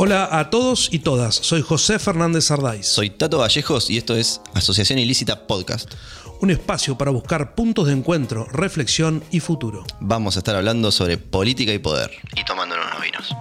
Hola a todos y todas, soy José Fernández Ardáiz. Soy Tato Vallejos y esto es Asociación Ilícita Podcast. Un espacio para buscar puntos de encuentro, reflexión y futuro. Vamos a estar hablando sobre política y poder. Y tomándonos unos vinos.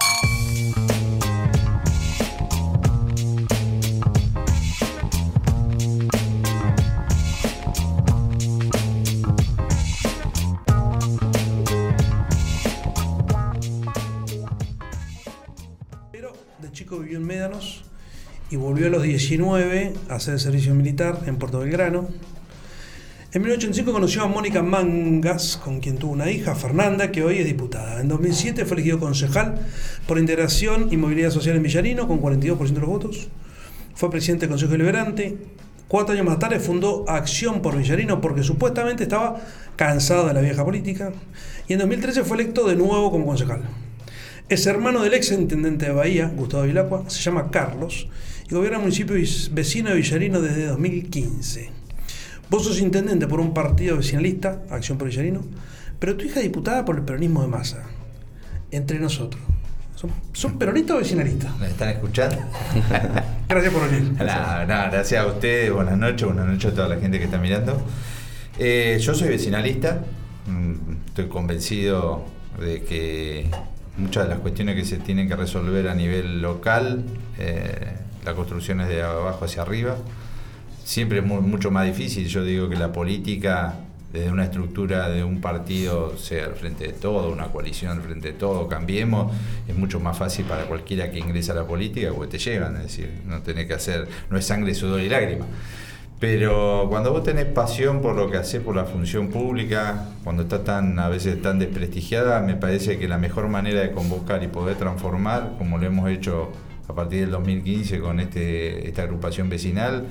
De chico vivió en Médanos y volvió a los 19 a hacer el servicio militar en Puerto Belgrano. En 1985 conoció a Mónica Mangas, con quien tuvo una hija, Fernanda, que hoy es diputada. En 2007 fue elegido concejal por Integración y Movilidad Social en Villarino, con 42% de los votos. Fue presidente del Consejo Deliberante. 4 años más tarde fundó Acción por Villarino porque supuestamente estaba cansado de la vieja política. Y en 2013 fue electo de nuevo como concejal. Es hermano del ex intendente de Bahía, Gustavo Vilacqua, se llama Carlos y gobierna el municipio vecino de Villarino desde 2015. Vos sos intendente por un partido vecinalista, Acción por Villarino, pero tu hija es diputada por el peronismo de masa. Entre nosotros. ¿Son peronistas o vecinalistas? ¿Me están escuchando? Gracias por venir. Gracias a ustedes, buenas noches a toda la gente que está mirando. Yo soy vecinalista, estoy convencido de que muchas de las cuestiones que se tienen que resolver a nivel local, la construcción es de abajo hacia arriba. Siempre es mucho más difícil, yo digo que la política, desde una estructura de un partido, sea al frente de todo, una coalición al frente de todo, Cambiemos, es mucho más fácil para cualquiera que ingresa a la política porque te llevan, es decir, no tenés que hacer, no es sangre, sudor y lágrima. Pero cuando vos tenés pasión por lo que hacés, por la función pública, cuando está a veces tan desprestigiada, me parece que la mejor manera de convocar y poder transformar, como lo hemos hecho a partir del 2015 con esta agrupación vecinal,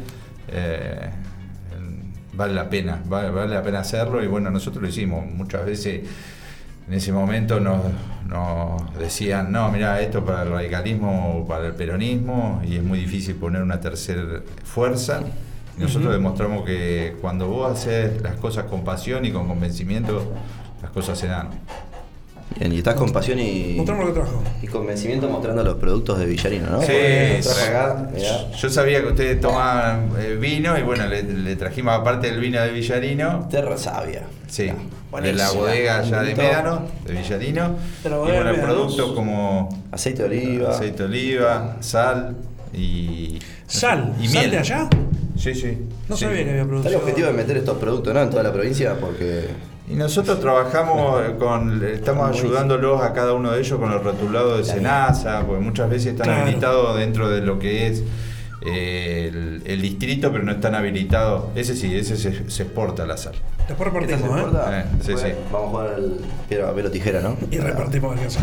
vale la pena hacerlo. Y bueno, nosotros lo hicimos. Muchas veces en ese momento nos decían, no, mirá, esto para el radicalismo o para el peronismo, y es muy difícil poner una tercera fuerza. Nosotros demostramos que cuando vos haces las cosas con pasión y con convencimiento, las cosas se dan. Bien, y estás con pasión y convencimiento mostrando los productos de Villarino, ¿no? Sí, yo sabía que ustedes tomaban vino y bueno, le trajimos aparte del vino de Villarino. Terra Sabia. Sí, de la bodega allá de Médanos, de Villarino. Y bueno, productos como aceite de oliva, sal y... ¿Sal? Y ¿Sal miel. De allá? Sí. No sabía que había producto. Está el objetivo de meter estos productos, ¿no?, en toda la provincia, porque... Y nosotros trabajamos estamos ayudándolos a cada uno de ellos con el rotulado de SENASA, porque muchas veces están habilitados dentro de lo que es el distrito, pero no están habilitados. Ese se exporta la sal. Después repartimos, Sí. Vamos a jugar al piedra, papel o tijera, ¿no? Y repartimos el caso.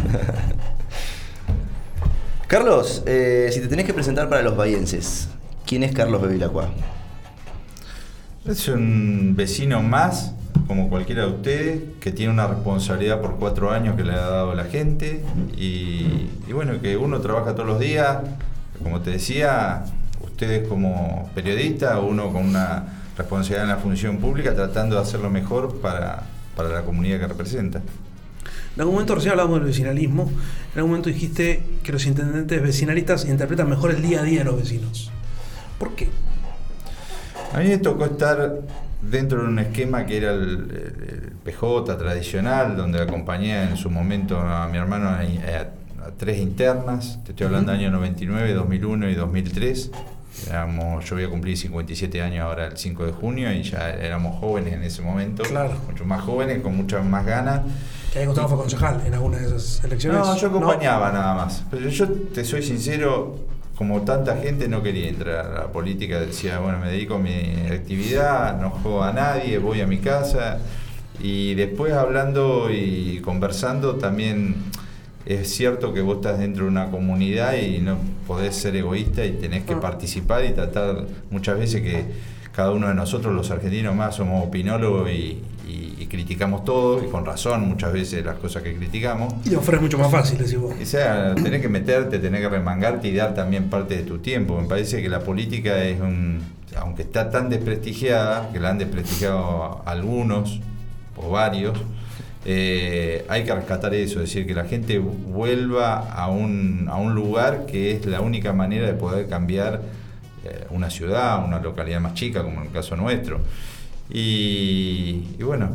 Carlos, si te tenés que presentar para los bahienses, ¿quién es Carlos Bevilacqua? Es un vecino más, como cualquiera de ustedes, que tiene una responsabilidad por 4 años que le ha dado la gente y bueno, que uno trabaja todos los días, como te decía, ustedes como periodistas, uno con una responsabilidad en la función pública, tratando de hacer lo mejor para la comunidad que representa. En algún momento recién hablamos del vecinalismo, en algún momento dijiste que los intendentes vecinalistas interpretan mejor el día a día de los vecinos. ¿Por qué? A mí me tocó estar dentro de un esquema que era el PJ tradicional, donde acompañé en su momento a mi hermano a 3 internas. Te estoy hablando del año 99, 2001 y 2003. Yo voy a cumplir 57 años ahora el 5 de junio y ya éramos jóvenes en ese momento. Claro. Mucho más jóvenes, con muchas más ganas. ¿Que ahí Gustavo fue concejal en alguna de esas elecciones? No, yo acompañaba nada más. Pero yo te soy sincero, como tanta gente no quería entrar a la política, decía, bueno, me dedico a mi actividad, no juego a nadie, voy a mi casa. Y después hablando y conversando también es cierto que vos estás dentro de una comunidad y no podés ser egoísta y tenés que participar y tratar muchas veces que cada uno de nosotros, los argentinos más, somos opinólogos y criticamos todo, y con razón muchas veces las cosas que criticamos. Y afuera es mucho más fácil, decís vos. O sea, tenés que meterte, tenés que remangarte y dar también parte de tu tiempo. Me parece que la política es aunque está tan desprestigiada, que la han desprestigiado algunos o varios, hay que rescatar eso, es decir, que la gente vuelva a un lugar que es la única manera de poder cambiar una ciudad, una localidad más chica, como en el caso nuestro. Y bueno,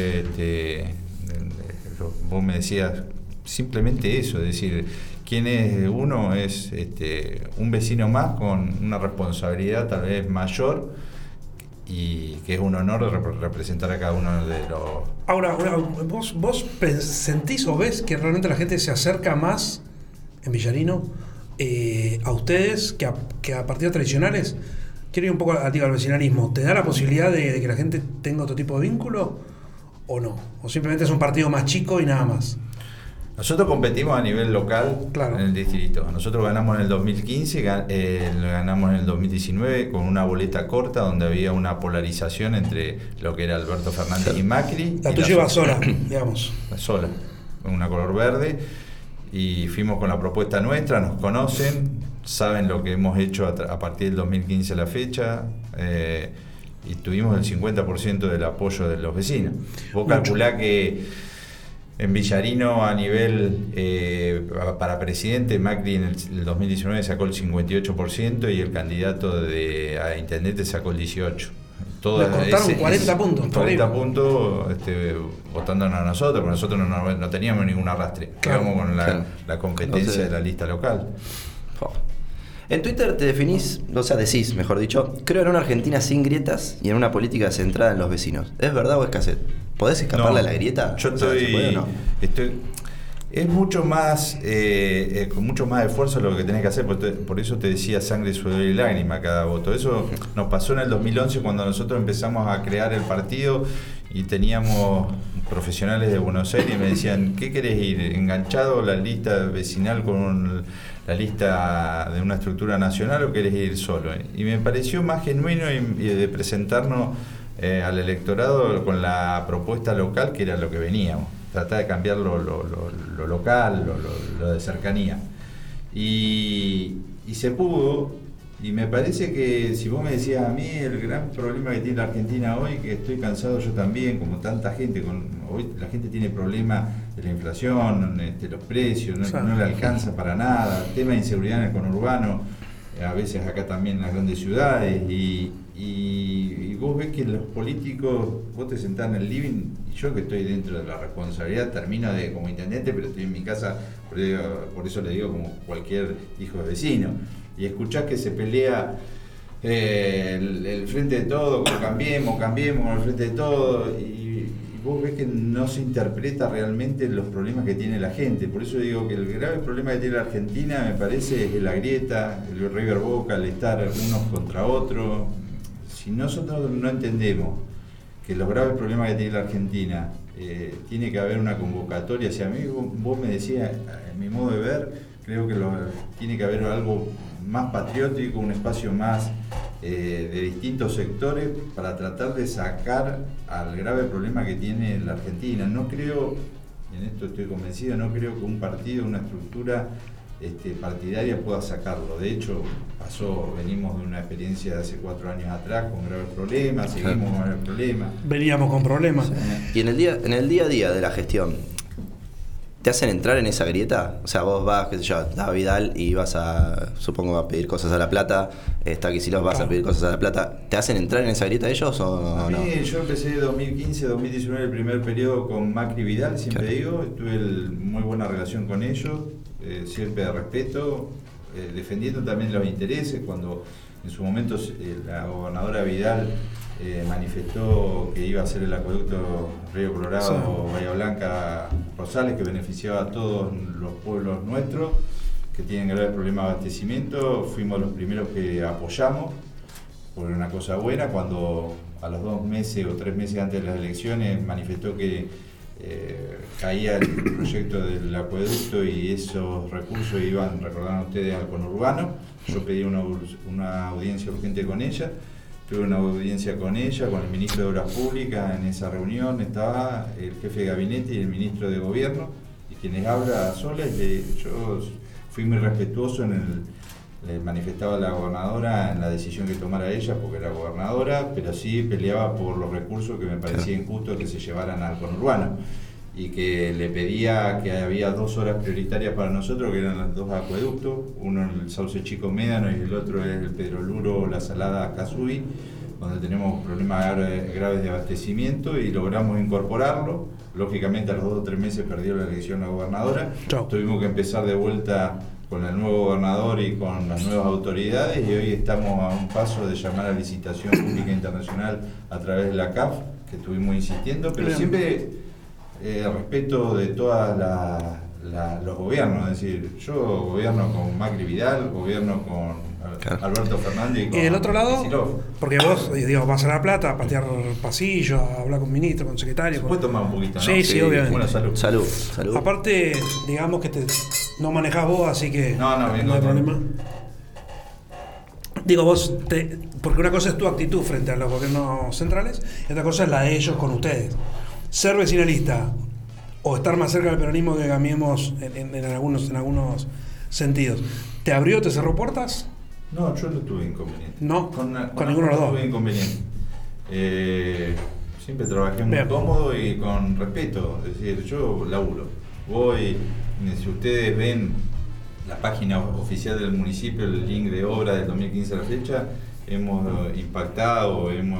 vos me decías simplemente eso, es decir, quién es uno, es un vecino más con una responsabilidad tal vez mayor, y que es un honor representar a cada uno de los... Ahora, ¿vos sentís o ves que realmente la gente se acerca más en Villarino a ustedes que a partidos tradicionales? Quiero ir un poco al vecinalismo. ¿Te da la posibilidad de que la gente tenga otro tipo de vínculo o no? ¿O simplemente es un partido más chico y nada más? Nosotros competimos a nivel local, claro, en el distrito. Nosotros ganamos en el 2015, ganamos en el 2019 con una boleta corta donde había una polarización entre lo que era Alberto Fernández y Macri. La tuya iba sola, digamos. Sola, con una color verde. Y fuimos con la propuesta nuestra, nos conocen, saben lo que hemos hecho a partir del 2015 a la fecha. Y tuvimos el 50% del apoyo de los vecinos. Vos calculá que en Villarino, a nivel para presidente, Macri en el 2019 sacó el 58% y el candidato a intendente sacó el 18%. Nos cortaron 40 puntos. 40 puntos votándonos a nosotros, porque nosotros no teníamos ningún arrastre. Quedamos con la competencia de la lista local. En Twitter te definís, decís, mejor dicho, creo en una Argentina sin grietas y en una política centrada en los vecinos. ¿Es verdad o es cassette? ¿Podés escaparle a la grieta? Yo es mucho más, con mucho más esfuerzo lo que tenés que hacer, por eso te decía sangre, sudor y lágrima cada voto. Eso nos pasó en el 2011 cuando nosotros empezamos a crear el partido y teníamos profesionales de Buenos Aires y me decían, ¿qué querés ir? ¿Enganchado la lista vecinal con la lista de una estructura nacional o querés ir solo? Y me pareció más genuino y de presentarnos al electorado con la propuesta local, que era lo que veníamos, tratar de cambiar lo local, lo de cercanía. Y se pudo, y me parece que si vos me decías a mí, el gran problema que tiene la Argentina hoy, que estoy cansado yo también, como tanta gente, hoy la gente tiene problemas de la inflación, los precios, no le alcanza para nada, el tema de inseguridad en el conurbano, a veces acá también en las grandes ciudades, y vos ves que los políticos, vos te sentás en el living, y yo que estoy dentro de la responsabilidad, termino como intendente, pero estoy en mi casa, por eso le digo como cualquier hijo de vecino, y escuchás que se pelea el frente de todo, como cambiemos el frente de todo, y vos ves que no se interpreta realmente los problemas que tiene la gente. Por eso digo que el grave problema que tiene la Argentina, me parece, es la grieta, el River Boca, el estar unos contra otros. Si nosotros no entendemos que los graves problemas que tiene la Argentina, tiene que haber una convocatoria. Si a mí vos me decías, en mi modo de ver, creo que tiene que haber algo más patriótico, un espacio más de distintos sectores para tratar de sacar al grave problema que tiene la Argentina. No creo, y en esto estoy convencido, no creo que un partido, una estructura partidaria pueda sacarlo. De hecho, venimos de una experiencia de hace 4 años atrás con graves problemas, seguimos con graves problemas. Veníamos con problemas. Y en el día a día de la gestión, ¿te hacen entrar en esa grieta? O sea, vos vas, qué sé yo, a Vidal y vas supongo, a pedir cosas a La Plata, está Kicillof, vas a pedir cosas a La Plata. ¿Te hacen entrar en esa grieta ellos o no? Yo empecé 2015, 2019, el primer periodo con Macri y Vidal, siempre digo, tuve muy buena relación con ellos, siempre de respeto, defendiendo también los intereses. Cuando en su momento la gobernadora Vidal manifestó que iba a hacer el acueducto Río Colorado, Bahía Blanca, Rosales, que beneficiaba a todos los pueblos nuestros que tienen graves problemas de abastecimiento, fuimos los primeros que apoyamos por una cosa buena. Cuando a los 2 meses o 3 meses antes de las elecciones manifestó que caía el proyecto del acueducto y esos recursos iban, recordarán ustedes, al conurbano, yo pedí una audiencia urgente con ella. Tuve una audiencia con ella, con el ministro de Obras Públicas. En esa reunión estaba el jefe de gabinete y el ministro de Gobierno, y quienes habla sola. Yo fui muy respetuoso le manifestaba a la gobernadora en la decisión que tomara ella, porque era gobernadora, pero sí peleaba por los recursos que me parecía injusto que se llevaran al conurbano. y que le pedía que había 2 horas prioritarias para nosotros, que eran los 2 acueductos, uno el Sauce Chico Médano y el otro es el Pedro Luro, la Salada Casubi, donde tenemos problemas graves de abastecimiento, y logramos incorporarlo. Lógicamente a los 2 o 3 meses perdió la elección la gobernadora. Chau. Tuvimos que empezar de vuelta con el nuevo gobernador y con las nuevas autoridades, y hoy estamos a un paso de llamar a licitación pública internacional a través de la CAF, que estuvimos insistiendo, pero Bien. siempre respeto de todos los gobiernos. Es decir, yo gobierno con Macri Vidal, gobierno con Alberto Fernández y con Y del otro lado, Kicillof. porque vos, digo, vas a La Plata a patear pasillos, a hablar con ministros, con secretarios. Se puede tomar un poquito, ¿no? Sí, obviamente. Bueno, salud. Salud. Aparte, digamos que no manejás vos, así que No, bien, hay no. problema. Digo, porque una cosa es tu actitud frente a los gobiernos centrales y otra cosa es la de ellos con ustedes. Ser vecinalista o estar más cerca del peronismo que Cambiemos en algunos sentidos, ¿te abrió, te cerró puertas? No, yo no tuve inconveniente. No, con ninguno de los dos. No tuve inconveniente. Siempre trabajé muy Bien. cómodo y con respeto. Es decir, yo laburo. Voy, si ustedes ven la página oficial del municipio, el link de obra del 2015 a la fecha, hemos impactado, hemos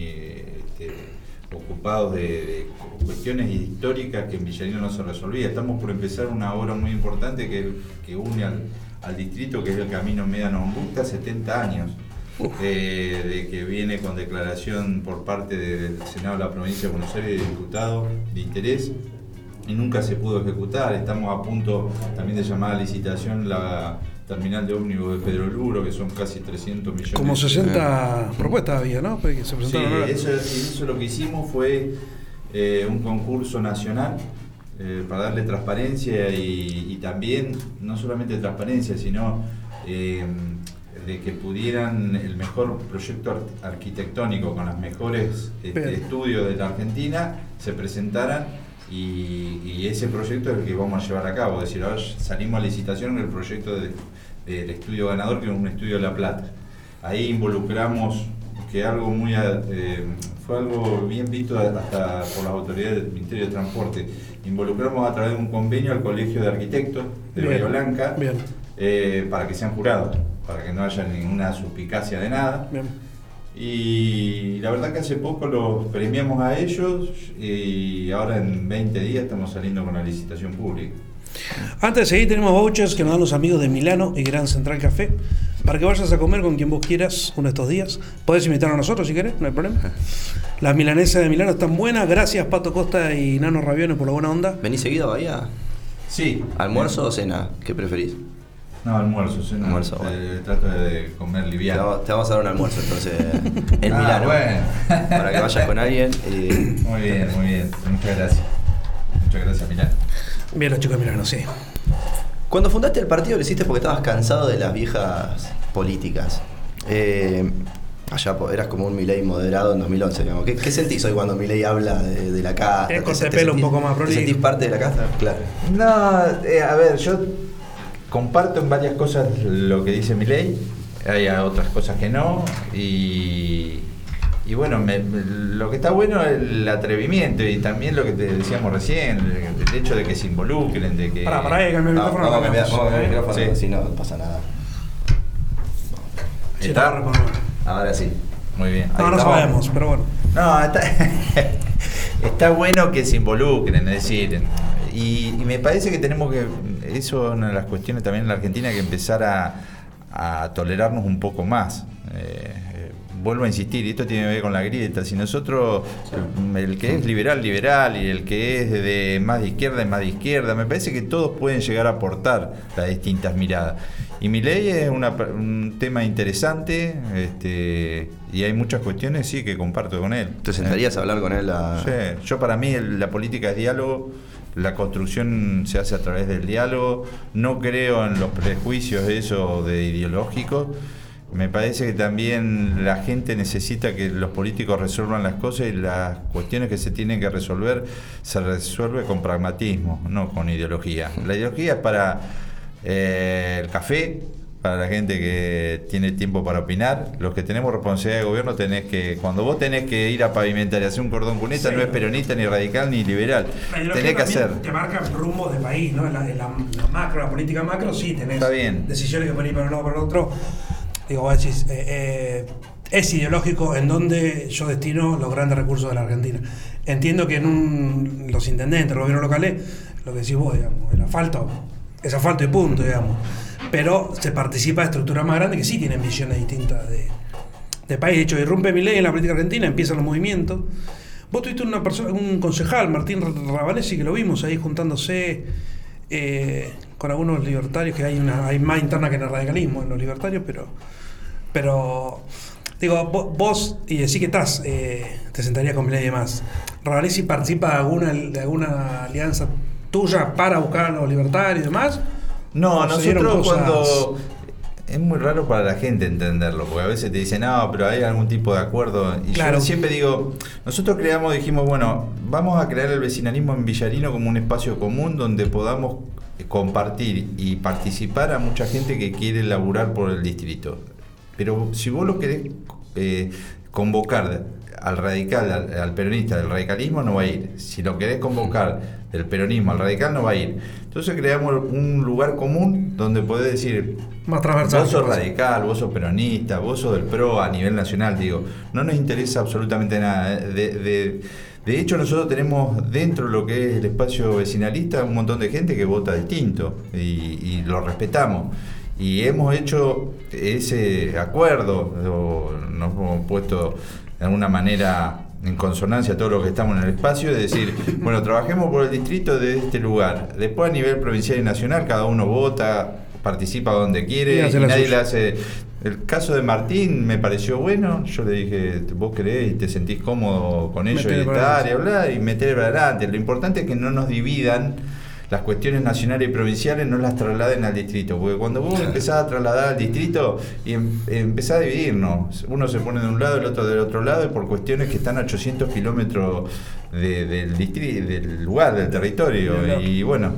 ocupado de cuestiones históricas que en Villarino no se resolvía. Estamos por empezar una obra muy importante que une al distrito, que es el Camino Médano-Ombucta, 70 años. De que viene con declaración por parte del Senado de la Provincia de Buenos Aires, de diputado de interés, y nunca se pudo ejecutar. Estamos a punto también de llamar a licitación la terminal de ómnibus de Pedro Luro, que son casi 300 millones. Como 60 propuestas había, ¿no? Porque se Sí, presentaron ahora. eso lo que hicimos fue un concurso nacional para darle transparencia y también, no solamente transparencia, sino de que pudieran el mejor proyecto arquitectónico con los mejores estudios de la Argentina se presentaran, y ese proyecto es el que vamos a llevar a cabo. Es decir, ahora salimos a licitación en el proyecto del estudio ganador, que es un estudio de La Plata. Ahí involucramos, que algo muy fue algo bien visto hasta por las autoridades del Ministerio de Transporte, involucramos a través de un convenio al Colegio de Arquitectos de Bien, Bahía Blanca, bien. Para que sean jurados, para que no haya ninguna suspicacia de nada. Bien. Y la verdad que hace poco los premiamos a ellos, y ahora en 20 días estamos saliendo con la licitación pública. Antes de seguir, tenemos vouchers que nos dan los amigos de Milano y Gran Central Café para que vayas a comer con quien vos quieras uno de estos días. Podés invitarnos a nosotros si querés, no hay problema. Las milanesas de Milano están buenas. Gracias Pato Costa y Nano Ravione por la buena onda. ¿Venís seguido a Bahía? Sí. ¿Almuerzo o cena? ¿Qué preferís? No, almuerzo, cena. Almuerzo, bueno. Trato de comer liviano. Te vamos a dar un almuerzo entonces en Milano. Bueno. Para que vayas con alguien. Muy bien. Muchas gracias. Muchas gracias, Milano. Bien, los chicos de Milano, sí. Cuando fundaste el partido lo hiciste porque estabas cansado de las viejas políticas. Eras como un Milei moderado en 2011, digamos. ¿Qué sentís hoy cuando Milei habla de la casta? Es corte de pelo un poco más ¿Te prolijo. sentís parte de la casta? Claro. No, a ver, yo comparto en varias cosas lo que dice Milei, hay otras cosas que no, y bueno, lo que está bueno es el atrevimiento, y también lo que te decíamos recién, el hecho de que se involucren, de que... Pará, cambia el micrófono. Vamos a cambiar el micrófono, Sí. si no pasa nada. Sí, ¿Está? Ahora sí. Muy bien. No, no sabemos, pero bueno. No, está bueno que se involucren, es decir, y me parece que tenemos que, eso es una de las cuestiones también en la Argentina, que empezar a tolerarnos un poco más. Vuelvo a insistir, y esto tiene que ver con la grieta. Si nosotros, el que es liberal, y el que es de más de izquierda, me parece que todos pueden llegar a aportar las distintas miradas. Y Milei es un tema interesante, y hay muchas cuestiones sí que comparto con él. ¿Te sentarías a hablar con él? Sí, yo para mí la política es diálogo, la construcción se hace a través del diálogo, no creo en los prejuicios de ideológicos. Me parece que también la gente necesita que los políticos resuelvan las cosas, y las cuestiones que se tienen que resolver se resuelve con pragmatismo, no con ideología. La ideología es para el café, para la gente que tiene tiempo para opinar. Los que tenemos responsabilidad de gobierno tenés que, cuando vos tenés que ir a pavimentar y hacer un cordón cuneta, no es peronista, ni radical, ni liberal. Tenés que hacer. Te marcan rumbos de país, ¿no? En la macro, la política macro, sí tenés Está bien. decisiones que pueden ir para un lado o para el otro. Digo, vos decís, es ideológico en donde yo destino los grandes recursos de la Argentina. Entiendo que en los intendentes, los gobiernos locales, lo que decís vos, digamos, el asfalto es asfalto y punto, digamos. Pero se participa de estructuras más grandes que sí tienen visiones distintas de país. De hecho, irrumpe Milei en la política argentina, empiezan los movimientos. Vos tuviste un concejal, Martín Ravanesi, que lo vimos ahí juntándose con algunos libertarios, que hay más interna que en el radicalismo en los libertarios, pero digo, vos y decís que te sentarías con Milei y demás. ¿Ravanesi participa de alguna alianza tuya para buscar a los libertarios y demás? No, nosotros cuando... Es muy raro para la gente entenderlo, porque a veces te dicen, no, pero hay algún tipo de acuerdo. Y claro. Yo siempre digo, nosotros dijimos, bueno, vamos a crear el vecinalismo en Villarino como un espacio común donde podamos compartir y participar a mucha gente que quiere laburar por el distrito. Pero si vos lo querés convocar al radical, al peronista del radicalismo, no va a ir. Si lo querés convocar del peronismo al radical, no va a ir. Entonces creamos un lugar común donde podés decir, más transversal, vos sos radical, vos sos peronista, vos sos del PRO a nivel nacional. Digo, no nos interesa absolutamente nada. De hecho, nosotros tenemos dentro de lo que es el espacio vecinalista un montón de gente que vota distinto y lo respetamos. Y hemos hecho ese acuerdo, nos hemos puesto de alguna manera en consonancia a todos los que estamos en el espacio, de decir, bueno, trabajemos por el distrito de este lugar. Después a nivel provincial y nacional cada uno vota, participa donde quiere y nadie le hace. El caso de Martín me pareció bueno, yo le dije, vos querés y te sentís cómodo con ellos y estar y hablar y meter para adelante. Lo importante es que no nos dividan las cuestiones nacionales y provinciales, no las trasladen al distrito, porque cuando vos empezás a trasladar al distrito y empezás a dividirnos, uno se pone de un lado, el otro del otro lado, y por cuestiones que están a 800 kilómetros del distrito, del lugar, del territorio, y bueno,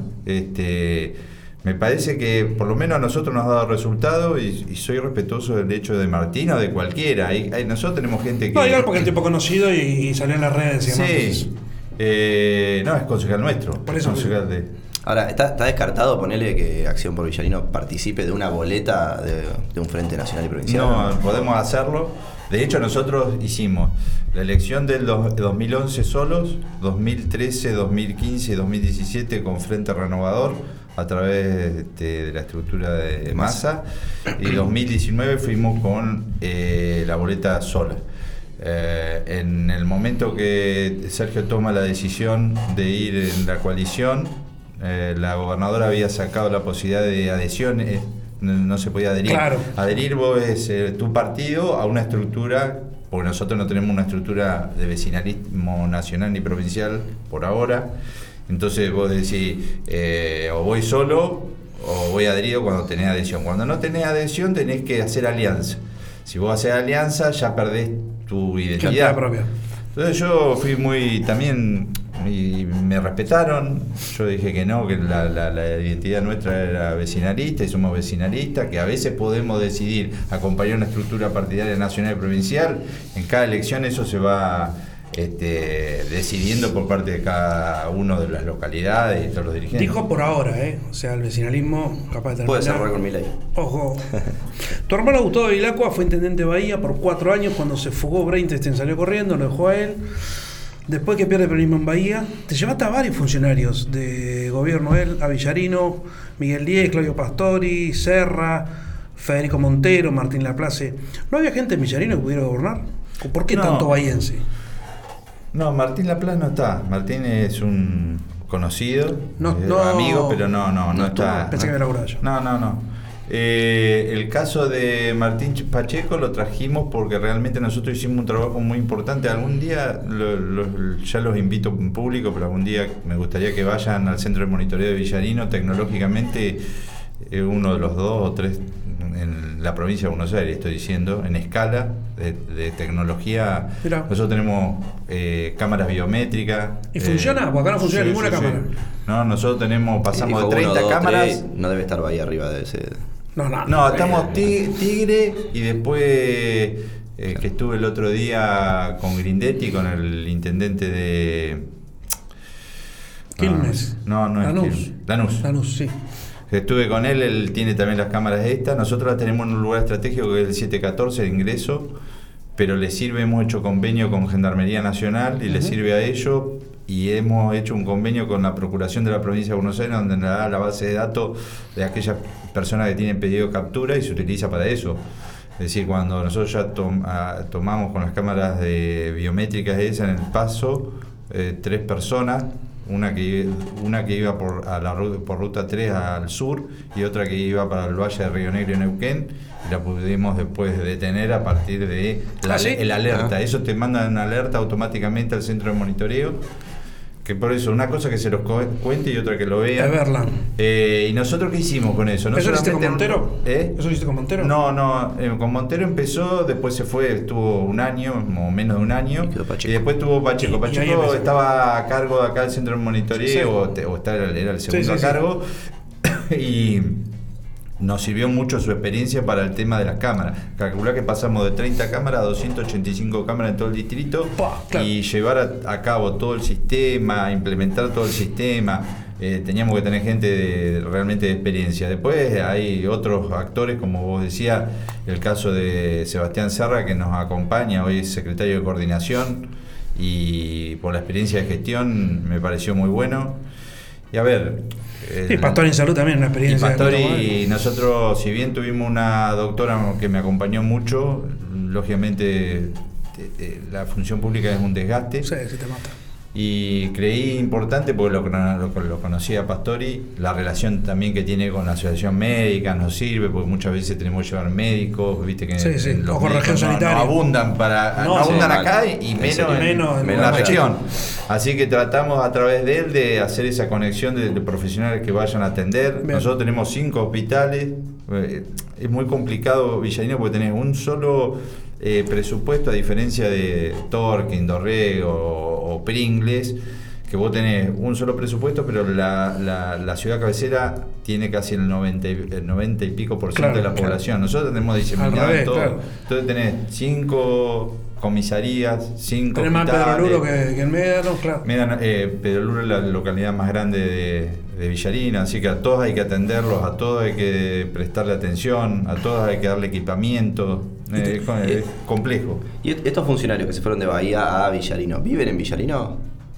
me parece que por lo menos a nosotros nos ha dado resultado y soy respetuoso del hecho de Martín o de cualquiera. Nosotros tenemos gente que... No, igual porque es tipo conocido y salió en las redes y demás. Sí. No, es concejal nuestro. Por eso. Concejal Ahora, ¿está descartado ponerle que Acción por Villarino participe de una boleta de un frente nacional y provincial? No, podemos hacerlo. De hecho, nosotros hicimos la elección del 2011 solos, 2013, 2015 y 2017 con Frente Renovador a través de la estructura de masa, y 2019 fuimos con la boleta sola. En el momento que Sergio toma la decisión de ir en la coalición, la gobernadora había sacado la posibilidad de adhesión, no se podía adherir. Claro. Adherir vos es tu partido a una estructura, porque nosotros no tenemos una estructura de vecinalismo nacional ni provincial por ahora. Entonces vos decís, o voy solo o voy adherido cuando tenés adhesión. Cuando no tenés adhesión tenés que hacer alianza. Si vos haces alianza ya perdés tu identidad propia. Entonces yo fui muy también, y me respetaron. Yo dije que no, que la identidad nuestra era vecinalista y somos vecinalistas, que a veces podemos decidir acompañar una estructura partidaria nacional y provincial. En cada elección eso se va decidiendo por parte de cada uno de las localidades y todos los dirigentes. Dijo por ahora, o sea, el vecinalismo capaz de terminar. Puede cerrar con Milei. Ojo. Tu hermano Gustavo de Vilacua fue intendente de Bahía por 4 años. Cuando se fugó Breinstein salió corriendo, lo dejó a él. Después que pierde el peronismo en Bahía, te llevaste a varios funcionarios de gobierno, a Villarino, Miguel Díez, Claudio Pastori, Serra, Federico Montero, Martín Laplace. ¿No había gente en Villarino que pudiera gobernar? ¿O por qué tanto bahiense? No, Martín Laplace no está. Martín es un conocido, no, amigo, pero no está. Pensé que había laburado yo. No. El caso de Martín Pacheco lo trajimos porque realmente nosotros hicimos un trabajo muy importante. Algún día, ya los invito en público, pero algún día me gustaría que vayan al Centro de Monitoreo de Villarino. Tecnológicamente, uno de los 2 o 3 en la provincia de Buenos Aires, estoy diciendo, en escala de tecnología. Mirá. Nosotros tenemos cámaras biométricas. ¿Y funciona? Porque acá no funciona ninguna cámara. No, nosotros pasamos de 30 1, 2, cámaras. 3, no debe estar Bahía arriba de ese. No, estamos Tigre y después que estuve el otro día con Grindetti, con el intendente de... Quilmes. No es Quilmes. Lanús, sí. Estuve con él tiene también las cámaras estas. Nosotros las tenemos en un lugar estratégico que es el 714, el ingreso, pero le sirve, hemos hecho convenio con Gendarmería Nacional y le sirve a ellos, y hemos hecho un convenio con la Procuración de la Provincia de Buenos Aires, donde nos da la base de datos de aquellas personas que tienen pedido de captura y se utiliza para eso. Es decir, cuando nosotros ya tomamos con las cámaras de biométricas esas en el paso, 3 personas, una que iba por ruta 3 al sur y otra que iba para el Valle de Río Negro y Neuquén, y la pudimos después detener a partir de el alerta. Eso te manda una alerta automáticamente al centro de monitoreo, que por eso una cosa que se los cuente y otra que lo vean. Es verla. ¿Y nosotros qué hicimos con eso? ¿Eso lo hiciste con Montero? ¿Eso lo hiciste con Montero? No, con Montero empezó, después se fue, estuvo un año, o menos de un año, y después estuvo Pacheco. Pacheco estaba a cargo de acá del centro de monitoreo, era el segundo a cargo, y nos sirvió mucho su experiencia para el tema de las cámaras. Calculá que pasamos de 30 cámaras a 285 cámaras en todo el distrito, claro. Y llevar a cabo todo el sistema, implementar todo el sistema. Teníamos que tener gente realmente de experiencia. Después hay otros actores, como vos decías, el caso de Sebastián Serra, que nos acompaña, hoy es secretario de coordinación, y por la experiencia de gestión me pareció muy bueno. Y a ver... Sí, Pastori en salud también, una experiencia. Y Pastori, nosotros, si bien tuvimos una doctora que me acompañó mucho, lógicamente la función pública es un desgaste. Sí, se te mata. Y creí importante, porque lo conocía a Pastori, la relación también que tiene con la asociación médica nos sirve, porque muchas veces tenemos que llevar médicos, viste que los médicos no abundan acá y menos en la región. Así que tratamos a través de él de hacer esa conexión de profesionales que vayan a atender. Bien. Nosotros tenemos 5 hospitales. Es muy complicado, Villarino, porque tenés un solo presupuesto, a diferencia de Torquín, Dorrego o Pringles, que vos tenés un solo presupuesto, pero la ciudad cabecera tiene casi el 90 y pico por ciento de la población. Nosotros tenemos diseminado todo. Claro. Entonces tenés 5 comisarías, 5 tenés más Pedro Luro que en Médano, claro. Pedro Luro es la localidad más grande de Villarino, así que a todos hay que atenderlos, a todos hay que prestarle atención, a todos hay que darle equipamiento. Es complejo. ¿Y estos funcionarios que se fueron de Bahía a Villarino, viven en Villarino?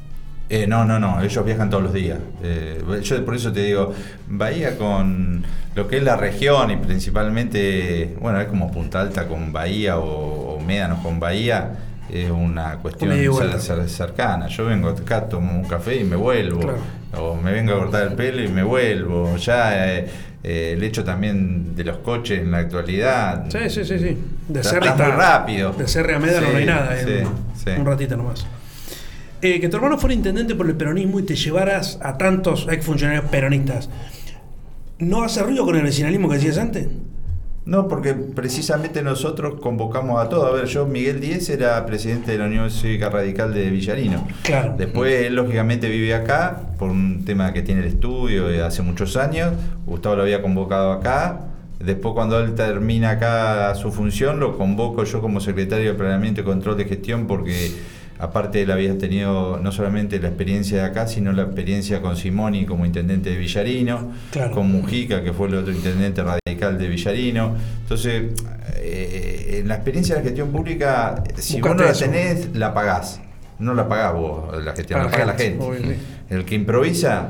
No, ellos viajan todos los días. Yo por eso te digo, Bahía con lo que es la región y principalmente, bueno, es como Punta Alta con Bahía o Médanos con Bahía, es una cuestión cercana. Yo vengo acá, tomo un café y me vuelvo, claro. O me vengo a cortar el pelo y me vuelvo. Ya el hecho también de los coches en la actualidad. Sí. De Serra está muy rápido. De Serra a Médano no hay nada, un ratito nomás. Que tu hermano fuera intendente por el peronismo y te llevaras a tantos exfuncionarios peronistas, ¿no hace ruido con el vecinalismo que decías antes? No, porque precisamente nosotros convocamos a todos. A ver, Miguel Díez era presidente de la Unión Cívica Radical de Villarino. Claro. Después él lógicamente vive acá por un tema que tiene el estudio de hace muchos años. Gustavo lo había convocado acá. Después, cuando él termina acá su función, lo convoco yo como secretario de Planeamiento y Control de Gestión, porque aparte él había tenido no solamente la experiencia de acá, sino la experiencia con Simoni como intendente de Villarino, claro. Con Mujica, que fue el otro intendente radical de Villarino. Entonces, en la experiencia de la gestión pública, si vos no la tenés, la pagás. No la pagás vos, la gestión, la paga la gente. Obviamente. El que improvisa,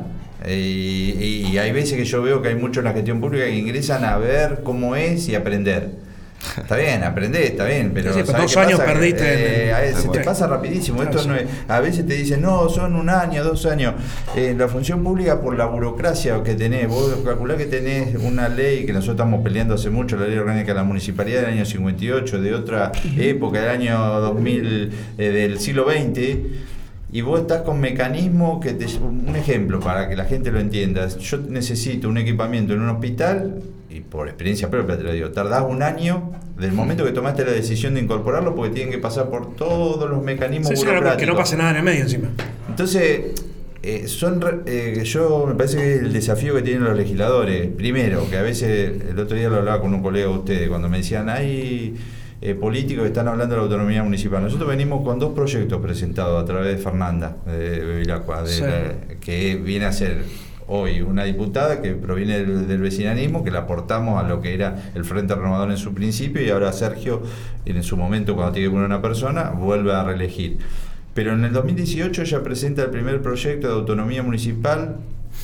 y hay veces que yo veo que hay muchos en la gestión pública que ingresan a ver cómo es y aprender. Está bien, aprendés, está bien, pero sí, 2 años pasa? Perdiste. Se te pasa rapidísimo. Claro, esto no es, a veces te dicen, no, son 1 año, 2 años. La función pública, por la burocracia que tenés, vos calculás que tenés una ley que nosotros estamos peleando hace mucho, la ley orgánica de la municipalidad del año 58, de otra época, del año 2000, del siglo XX. Y vos estás con mecanismos que un ejemplo para que la gente lo entienda. Yo necesito un equipamiento en un hospital, y por experiencia propia te lo digo, tardás 1 año del momento que tomaste la decisión de incorporarlo, porque tienen que pasar por todos los mecanismos burocráticos. Que no pase nada en el medio encima. Entonces, yo me parece que el desafío que tienen los legisladores, primero, que a veces, el otro día lo hablaba con un colega de ustedes, cuando me decían, hay políticos que están hablando de la autonomía municipal. Nosotros venimos con 2 proyectos presentados a través de Fernanda de Bevilacqua, que viene a ser hoy una diputada que proviene del vecinalismo, que la aportamos a lo que era el Frente Renovador en su principio, y ahora Sergio, en su momento, cuando tiene que poner una persona, vuelve a reelegir. Pero en el 2018 ella presenta el primer proyecto de autonomía municipal,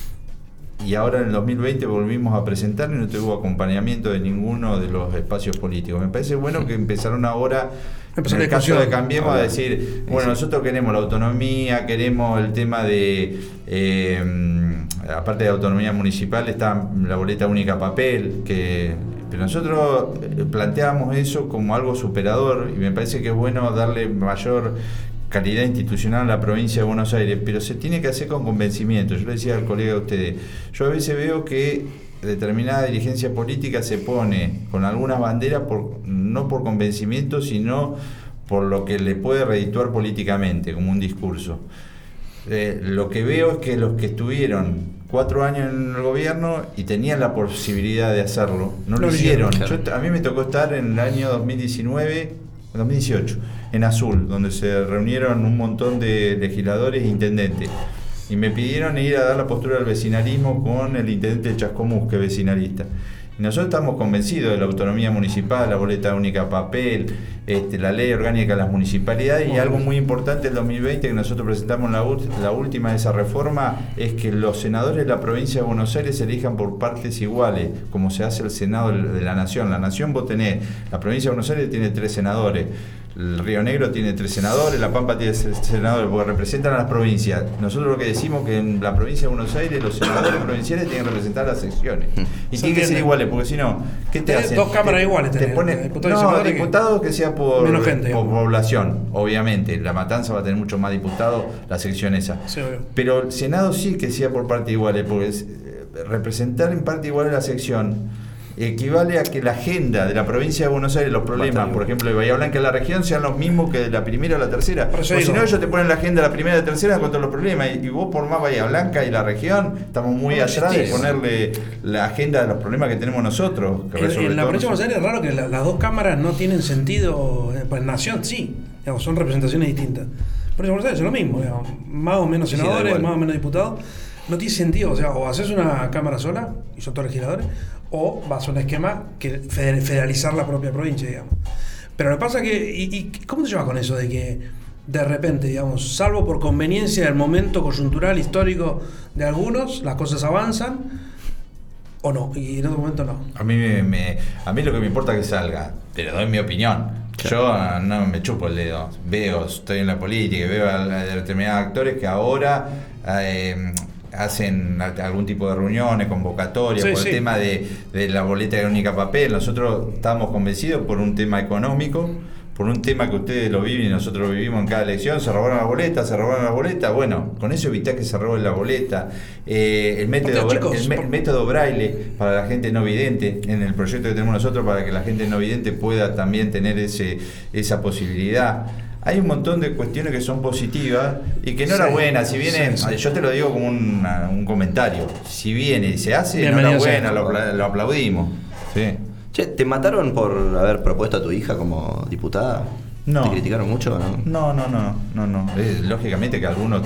y ahora en el 2020 volvimos a presentarlo y no tuvo acompañamiento de ninguno de los espacios políticos. Me parece bueno que empezaron ahora, en el caso de Cambiemos, a decir, bueno, nosotros queremos la autonomía, queremos el tema de, aparte de autonomía municipal, está la boleta única papel, pero nosotros planteábamos eso como algo superador, y me parece que es bueno darle mayor calidad institucional a la provincia de Buenos Aires, pero se tiene que hacer con convencimiento. Yo le decía al colega de ustedes, yo a veces veo que determinada dirigencia política se pone con algunas banderas no por convencimiento, sino por lo que le puede redituar políticamente, como un discurso. Lo que veo es que los que estuvieron 4 años en el gobierno y tenían la posibilidad de hacerlo, no lo hicieron. Claro. A mí me tocó estar en el año 2018, en Azul, donde se reunieron un montón de legisladores e intendentes, y me pidieron ir a dar la postura del vecinalismo con el intendente de Chascomús, que es vecinalista. Y nosotros estamos convencidos de la autonomía municipal, la boleta única papel, la ley orgánica de las municipalidades, y algo muy importante el 2020 que nosotros presentamos la última de esa reforma, es que los senadores de la provincia de Buenos Aires se elijan por partes iguales, como se hace el Senado de la Nación. La Nación, vos tenés, la provincia de Buenos Aires tiene 3 senadores, el Río Negro tiene 3 senadores, La Pampa tiene 3 senadores, porque representan a las provincias. Nosotros lo que decimos que en la provincia de Buenos Aires los senadores provinciales tienen que representar las secciones. Y tienen que ser iguales, porque si no, ¿qué te hacen? 2 cámaras iguales. Te ponen, diputados que sea por población, obviamente. La Matanza va a tener mucho más diputados, la sección esa. Sí, pero el Senado sí que sea por partes iguales, porque representar en parte igual la sección equivale a que la agenda de la provincia de Buenos Aires, los problemas, por ejemplo, de Bahía Blanca en la región, sean los mismos que de la primera o la tercera. Porque si no, ellos te ponen la agenda de la primera y la tercera en cuanto a los problemas, y vos por más Bahía Blanca y la región, estamos muy atrás de ponerle la agenda de los problemas que tenemos nosotros. En la provincia de Buenos Aires es raro que las 2 cámaras no tienen sentido. Pues Nación sí, digamos, son representaciones distintas. Pero en Buenos Aires es lo mismo, digamos, más o menos senadores, más o menos diputados. No tiene sentido, o sea, o haces una cámara sola y son todos legisladores, o vas a un esquema que federalizar la propia provincia, digamos. Pero lo que pasa es que, ¿y cómo te llevas con eso de que de repente, digamos, salvo por conveniencia del momento coyuntural, histórico de algunos, las cosas avanzan, o no, y en otro momento no? A mí lo que me importa es que salga, pero doy mi opinión. Yo no me chupo el dedo, estoy en la política, veo a determinados actores que ahora hacen algún tipo de reuniones, convocatorias, por el tema de la boleta de única papel. Nosotros estamos convencidos por un tema económico, por un tema que ustedes lo viven y nosotros lo vivimos en cada elección. Se robaron la boleta, bueno, con eso evitá que se robe la boleta. El método Braille para la gente no vidente, en el proyecto que tenemos nosotros, para que la gente no vidente pueda también tener esa posibilidad. Hay un montón de cuestiones que son positivas y que enhorabuena, si viene, yo te lo digo como un comentario, si viene y se hace, enhorabuena, lo aplaudimos. Sí. Che, ¿te mataron por haber propuesto a tu hija como diputada? No. ¿Te criticaron mucho o no? No. Lógicamente que algunos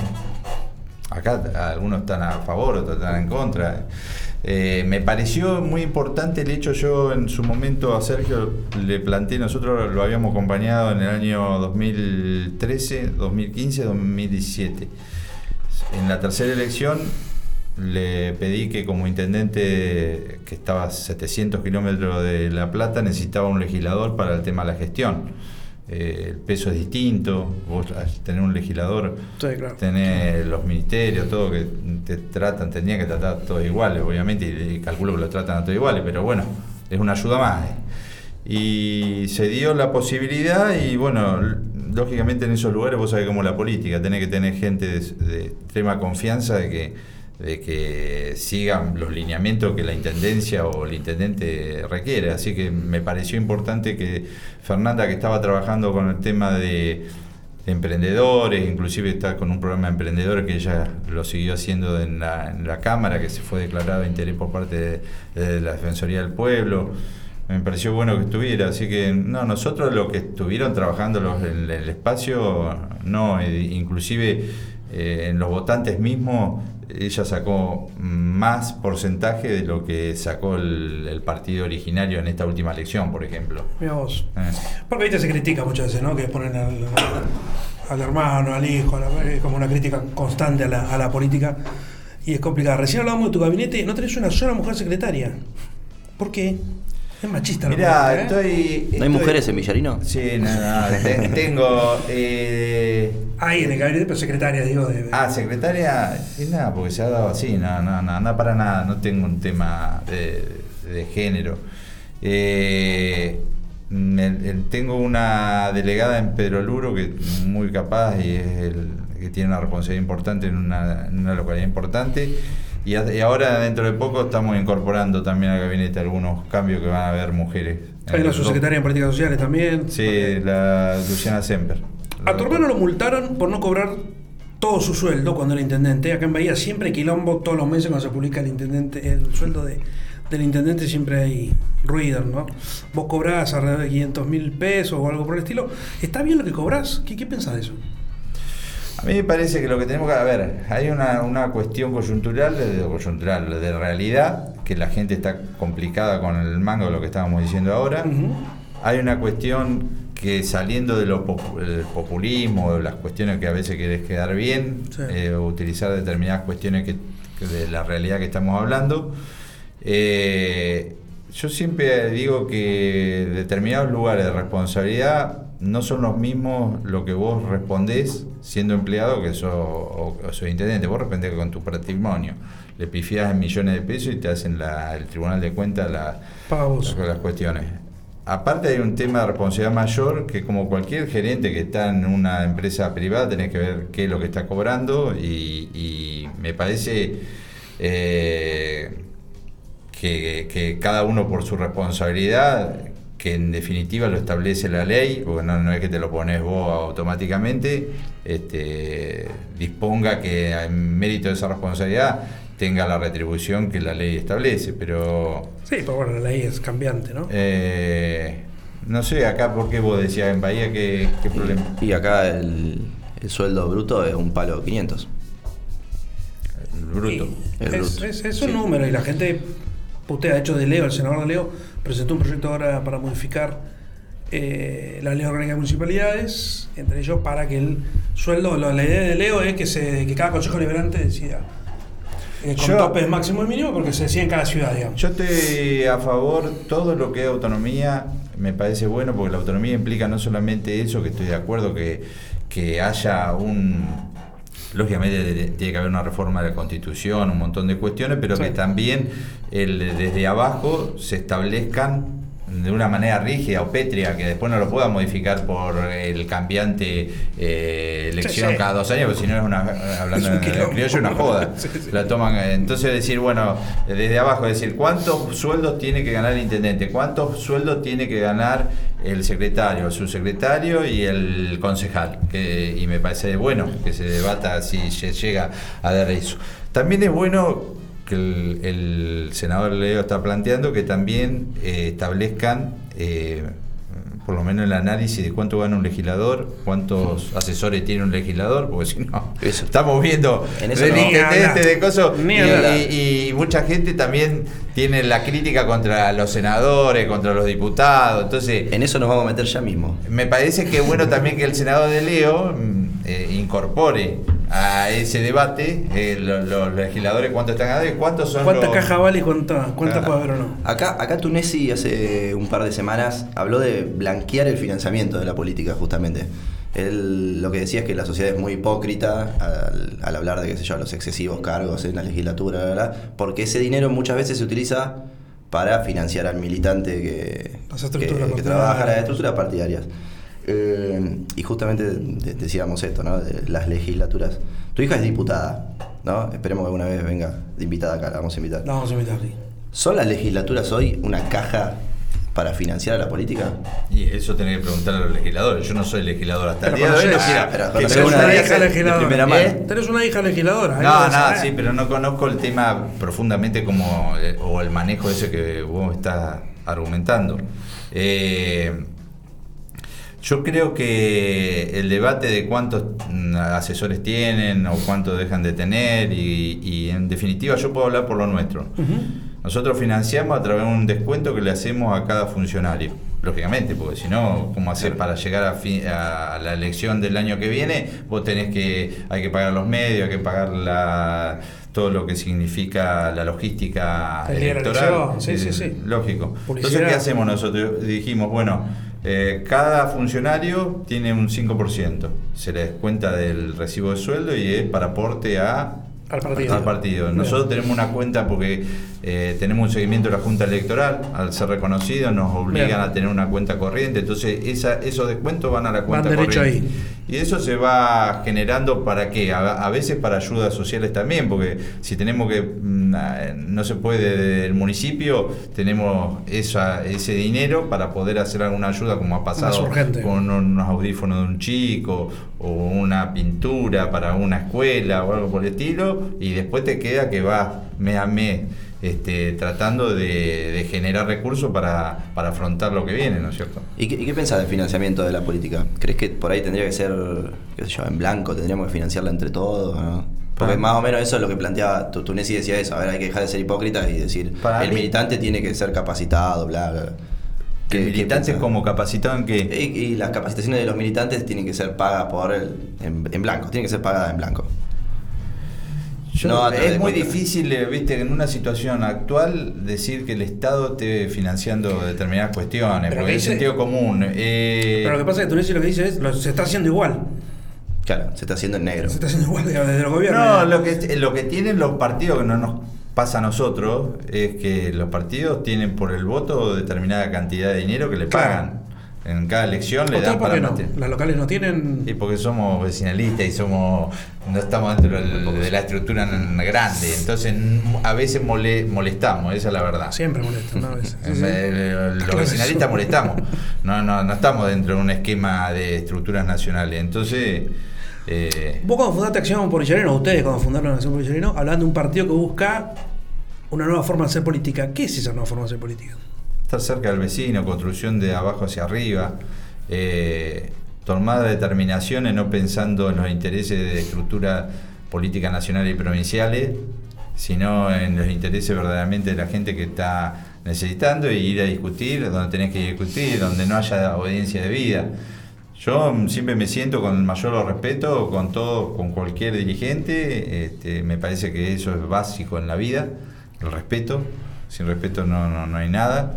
están a favor, otros están en contra. Me pareció muy importante el hecho, yo en su momento a Sergio le planteé, nosotros lo habíamos acompañado en el año 2013, 2015, 2017. En la tercera elección le pedí que como intendente, que estaba a 700 kilómetros de La Plata, necesitaba un legislador para el tema de la gestión. El peso es distinto, vos tenés un legislador, tenés los ministerios, todo que te tratan, tenían que tratar todos iguales, obviamente, y calculo que lo tratan a todos iguales, pero bueno, es una ayuda más. Y se dio la posibilidad, y bueno, lógicamente en esos lugares vos sabés cómo es la política, tenés que tener gente de extrema confianza de que sigan los lineamientos que la intendencia o el intendente requiere. Así que me pareció importante que Fernanda, que estaba trabajando con el tema de emprendedores, inclusive está con un programa de emprendedores que ella lo siguió haciendo en la Cámara, que se fue declarado de interés por parte de la Defensoría del Pueblo. Me pareció bueno que estuviera, así que no, nosotros lo que estuvieron trabajando en el espacio, no, inclusive en los votantes mismos, ella sacó más porcentaje de lo que sacó el partido originario en esta última elección, por ejemplo. Mira vos. Porque ahorita se critica muchas veces, ¿no? Que ponen al hermano, al hijo, como una crítica constante a la política. Y es complicado. Recién hablábamos de tu gabinete, no tenés una sola mujer secretaria. ¿Por qué? Es machista la Mirá, política, ¿No hay mujeres en Villarino? Sí, tengo... Ahí en el gabinete, pero secretaria, digo. Secretaria, y nada, porque se ha dado así, no para nada, no tengo un tema de género. Tengo una delegada en Pedro Luro que es muy capaz y es que tiene una responsabilidad importante en una localidad importante. Y ahora, dentro de poco, estamos incorporando también al gabinete algunos cambios que van a haber mujeres. Hay la subsecretaria en Políticas Sociales también. Sí, la Luciana Semper. A tu hermano lo multaron por no cobrar todo su sueldo cuando era intendente. Acá en Bahía siempre hay quilombo todos los meses cuando se publica el sueldo del intendente, siempre hay ruido, ¿no? Vos cobrás alrededor de 500.000 pesos o algo por el estilo. ¿Está bien lo que cobrás? ¿Qué pensás de eso? A mí me parece que lo que tenemos que ver, hay una cuestión coyuntural, de realidad, que la gente está complicada con el mango, lo que estábamos diciendo ahora. Uh-huh. Hay una cuestión que saliendo del populismo, de las cuestiones que a veces querés quedar bien, sí. Utilizar determinadas cuestiones de la realidad que estamos hablando. Yo siempre digo que determinados lugares de responsabilidad no son los mismos lo que vos respondés siendo empleado que sos intendente. Vos respondés con tu patrimonio, le pifiás en millones de pesos y te hacen el Tribunal de Cuentas las cuestiones. Aparte hay un tema de responsabilidad mayor que, como cualquier gerente que está en una empresa privada, tenés que ver qué es lo que está cobrando y me parece que cada uno por su responsabilidad, que en definitiva lo establece la ley, porque no es que te lo pones vos automáticamente, disponga que en mérito de esa responsabilidad tenga la retribución que la ley establece, pero... Sí, pero bueno, la ley es cambiante, ¿no? No sé, acá, ¿por qué vos decías en Bahía qué problema? Y acá el sueldo bruto es un palo 500. El bruto. Es un número y la gente putea. De hecho, el senador de Leo presentó un proyecto ahora para modificar la ley orgánica de municipalidades, entre ellos para que el sueldo, la idea de Leo es que cada consejo deliberante decida con topes máximo y mínimo, porque se decide en cada ciudad, digamos. Yo estoy a favor, todo lo que es autonomía me parece bueno, porque la autonomía implica no solamente eso, que estoy de acuerdo que haya lógicamente tiene que haber una reforma de la Constitución, un montón de cuestiones, pero sí, que también desde abajo se establezcan de una manera rígida o pétrea, que después no lo pueda modificar por el cambiante elección sí. Cada 2 años, porque si no hablando de criollo, una joda. Sí. La toman. Entonces decir, bueno, desde abajo, decir, ¿cuántos sueldos tiene que ganar el intendente? ¿Cuántos sueldos tiene que ganar el secretario, el subsecretario y el concejal? Y me parece bueno que se debata si se llega a dar eso. También es bueno que el senador Leo está planteando que también establezcan por lo menos el análisis de cuánto gana un legislador, cuántos asesores tiene un legislador, porque si no, eso. Estamos viendo del intendente de cosas y mucha gente también tiene la crítica contra los senadores, contra los diputados, entonces en eso nos vamos a meter ya mismo. Me parece que es bueno también que el senador de Leo incorpore a ese debate los legisladores cuánto están ganando y cuántos son cuánta caja vale y cuánta puede haber o no. Acá Tunesi hace un par de semanas habló de blanquear el financiamiento de la política, justamente. Él lo que decía es que la sociedad es muy hipócrita al hablar de, qué sé yo, los excesivos cargos en la legislatura, ¿verdad? Porque ese dinero muchas veces se utiliza para financiar al militante que trabaja en las estructuras partidarias. Y justamente decíamos esto, ¿no? De las legislaturas. Tu hija es diputada, ¿no? Esperemos que alguna vez venga de invitada acá, la vamos a invitar. La vamos a invitar, sí. ¿Son las legislaturas hoy una caja para financiar a la política? Y eso tenés que preguntarle a los legisladores. Yo no soy legislador hasta el día de hoy. Tenés una hija legisladora. ¿Eh? Tenés una hija legisladora. No, sí, pero no conozco el tema profundamente como o el manejo ese que vos estás argumentando. Yo creo que el debate de cuántos asesores tienen o cuántos dejan de tener y en definitiva yo puedo hablar por lo nuestro. Nosotros financiamos a través de un descuento que le hacemos a cada funcionario, lógicamente, porque si no, ¿cómo hacer para llegar a la elección del año que viene? Vos hay que pagar los medios, hay que pagar todo lo que significa la logística electoral. Sí. Lógico. Publicidad. Entonces, ¿qué hacemos nosotros? Dijimos, bueno, cada funcionario tiene un 5%, se le descuenta del recibo de sueldo y es para aporte al partido. Nosotros tenemos una cuenta porque tenemos un seguimiento de la Junta Electoral, al ser reconocido nos obligan a tener una cuenta corriente, entonces esos descuentos van a la cuenta corriente. Ahí. Y eso se va generando para qué, a veces para ayudas sociales también, porque si tenemos que, no se puede del municipio, tenemos ese dinero para poder hacer alguna ayuda, como ha pasado con unos audífonos de un chico o una pintura para una escuela o algo por el estilo, y después te queda que vas mes a mes tratando de generar recursos para afrontar lo que viene, ¿no es cierto? ¿Y qué pensás del financiamiento de la política? ¿Crees que por ahí tendría que ser, qué sé yo, en blanco, tendríamos que financiarla entre todos, ¿no? Porque más o menos eso es lo que planteaba Tunesi, decía eso, a ver, hay que dejar de ser hipócritas y decir, militante tiene que ser capacitado, bla, bla. ¿El militante como capacitado en qué? Y las capacitaciones de los militantes tienen que ser pagas en blanco, tienen que ser pagadas en blanco. Es muy difícil, viste, en una situación actual decir que el Estado esté financiando determinadas cuestiones, pero porque es sentido común. Pero lo que pasa es que Tunesi lo que dice es se está haciendo igual. Claro, se está haciendo en negro. Se está haciendo igual desde los gobiernos. No, lo que tienen los partidos que no nos pasa a nosotros es que los partidos tienen por el voto determinada cantidad de dinero que le pagan. En cada elección le dan para no? Las locales no tienen. Sí, porque somos vecinalistas y no estamos dentro de la estructura grande, entonces a veces molestamos, esa es la verdad. Siempre molestan, ¿no? Los vecinalistas molestamos, no estamos dentro de un esquema de estructuras nacionales, entonces. Vos cuando fundaste Acción por Villarino, ustedes cuando fundaron Acción por Villarino, hablan de un partido que busca una nueva forma de hacer política. ¿Qué es esa nueva forma de hacer política? Estar cerca del vecino, construcción de abajo hacia arriba, tomar determinaciones no pensando en los intereses de estructura política nacional y provinciales, sino en los intereses verdaderamente de la gente que está necesitando, y ir a discutir donde tenés que ir a discutir, donde no haya audiencia de vida. Yo siempre me siento con el mayor respeto con cualquier dirigente, me parece que eso es básico en la vida, el respeto. Sin respeto no hay nada,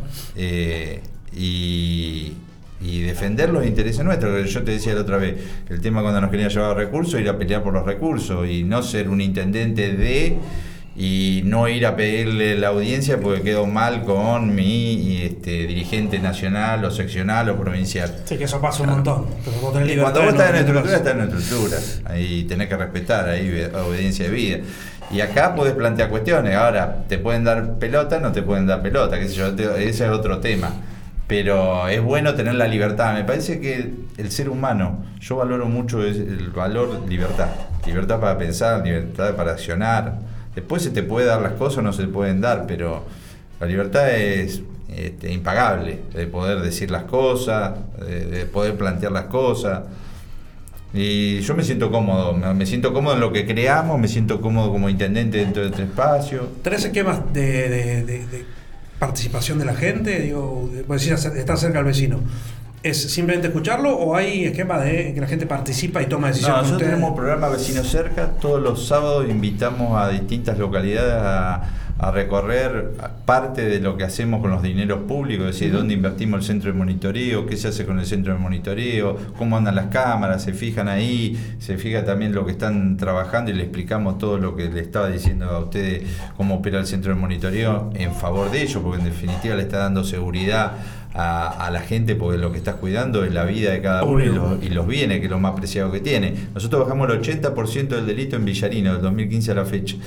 y defender los intereses nuestros. Yo te decía la otra vez, el tema cuando nos querían llevar recursos, ir a pelear por los recursos y no ser un intendente y no ir a pedirle la audiencia porque quedó mal con mi dirigente nacional o seccional o provincial. Sí, que eso pasa un montón. Pero cuando vos estás en estructura, estás en estructura. Ahí tenés que respetar, ahí obediencia de vida. Y acá podés plantear cuestiones. Ahora, te pueden dar pelota, no te pueden dar pelota, qué sé yo, ese es otro tema. Pero es bueno tener la libertad. Me parece que el ser humano, yo valoro mucho el valor libertad. Libertad para pensar, libertad para accionar. Después se te puede dar las cosas o no se te pueden dar, pero la libertad es impagable, de poder decir las cosas, de poder plantear las cosas. Y yo me siento cómodo en lo que creamos, me siento cómodo como intendente dentro de este espacio. ¿Tenés esquemas de participación de la gente? Digo, pues decir, estar cerca del vecino. ¿Es simplemente escucharlo o hay esquemas de que la gente participa y toma decisiones? No, nosotros tenemos un programa Vecinos Cerca. Todos los sábados invitamos a distintas localidades a recorrer parte de lo que hacemos con los dineros públicos, es decir, dónde invertimos el centro de monitoreo, qué se hace con el centro de monitoreo, cómo andan las cámaras, se fijan ahí, se fija también lo que están trabajando y le explicamos todo lo que le estaba diciendo a ustedes, cómo opera el centro de monitoreo en favor de ellos, porque en definitiva le está dando seguridad a la gente, porque lo que estás cuidando es la vida de cada uno y los bienes, que es lo más preciado que tiene. Nosotros bajamos el 80% del delito en Villarino, del 2015 a la fecha,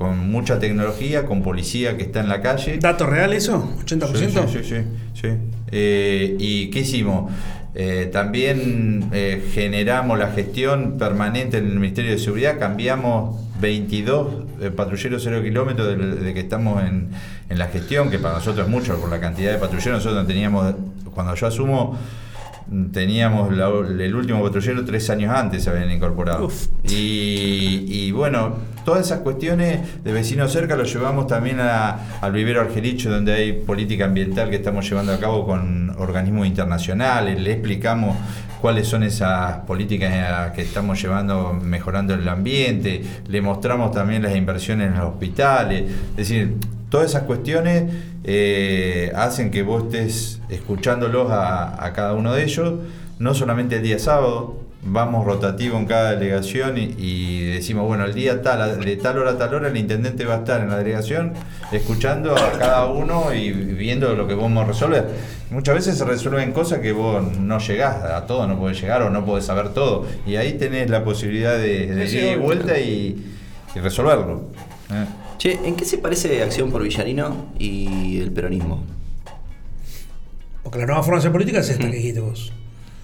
con mucha tecnología, con policía que está en la calle. ¿Dato real eso? ¿80%? Sí. ¿Y qué hicimos? También generamos la gestión permanente en el Ministerio de Seguridad, cambiamos 22 patrulleros 0 kilómetros de que estamos en la gestión, que para nosotros es mucho por la cantidad de patrulleros. Nosotros teníamos, cuando yo asumo, teníamos el último patrullero 3 años antes se habían incorporado. Y bueno, todas esas cuestiones de vecinos cerca lo llevamos también al vivero Argelicho, donde hay política ambiental que estamos llevando a cabo con organismos internacionales. Le explicamos cuáles son esas políticas que estamos llevando mejorando el ambiente. Le mostramos también las inversiones en los hospitales. Es decir, todas esas cuestiones hacen que vos estés escuchándolos a cada uno de ellos, no solamente el día sábado. Vamos rotativo en cada delegación y decimos, bueno, el día tal, de tal hora a tal hora, el intendente va a estar en la delegación escuchando a cada uno y viendo lo que vamos a resolver. Muchas veces se resuelven cosas que vos no llegás a todo, no podés llegar o no podés saber todo. Y ahí tenés la posibilidad de ir y vuelta y resolverlo. Che, ¿en qué se parece Acción por Villarino y el peronismo? Porque la nueva forma de hacer política es esta que dijiste vos.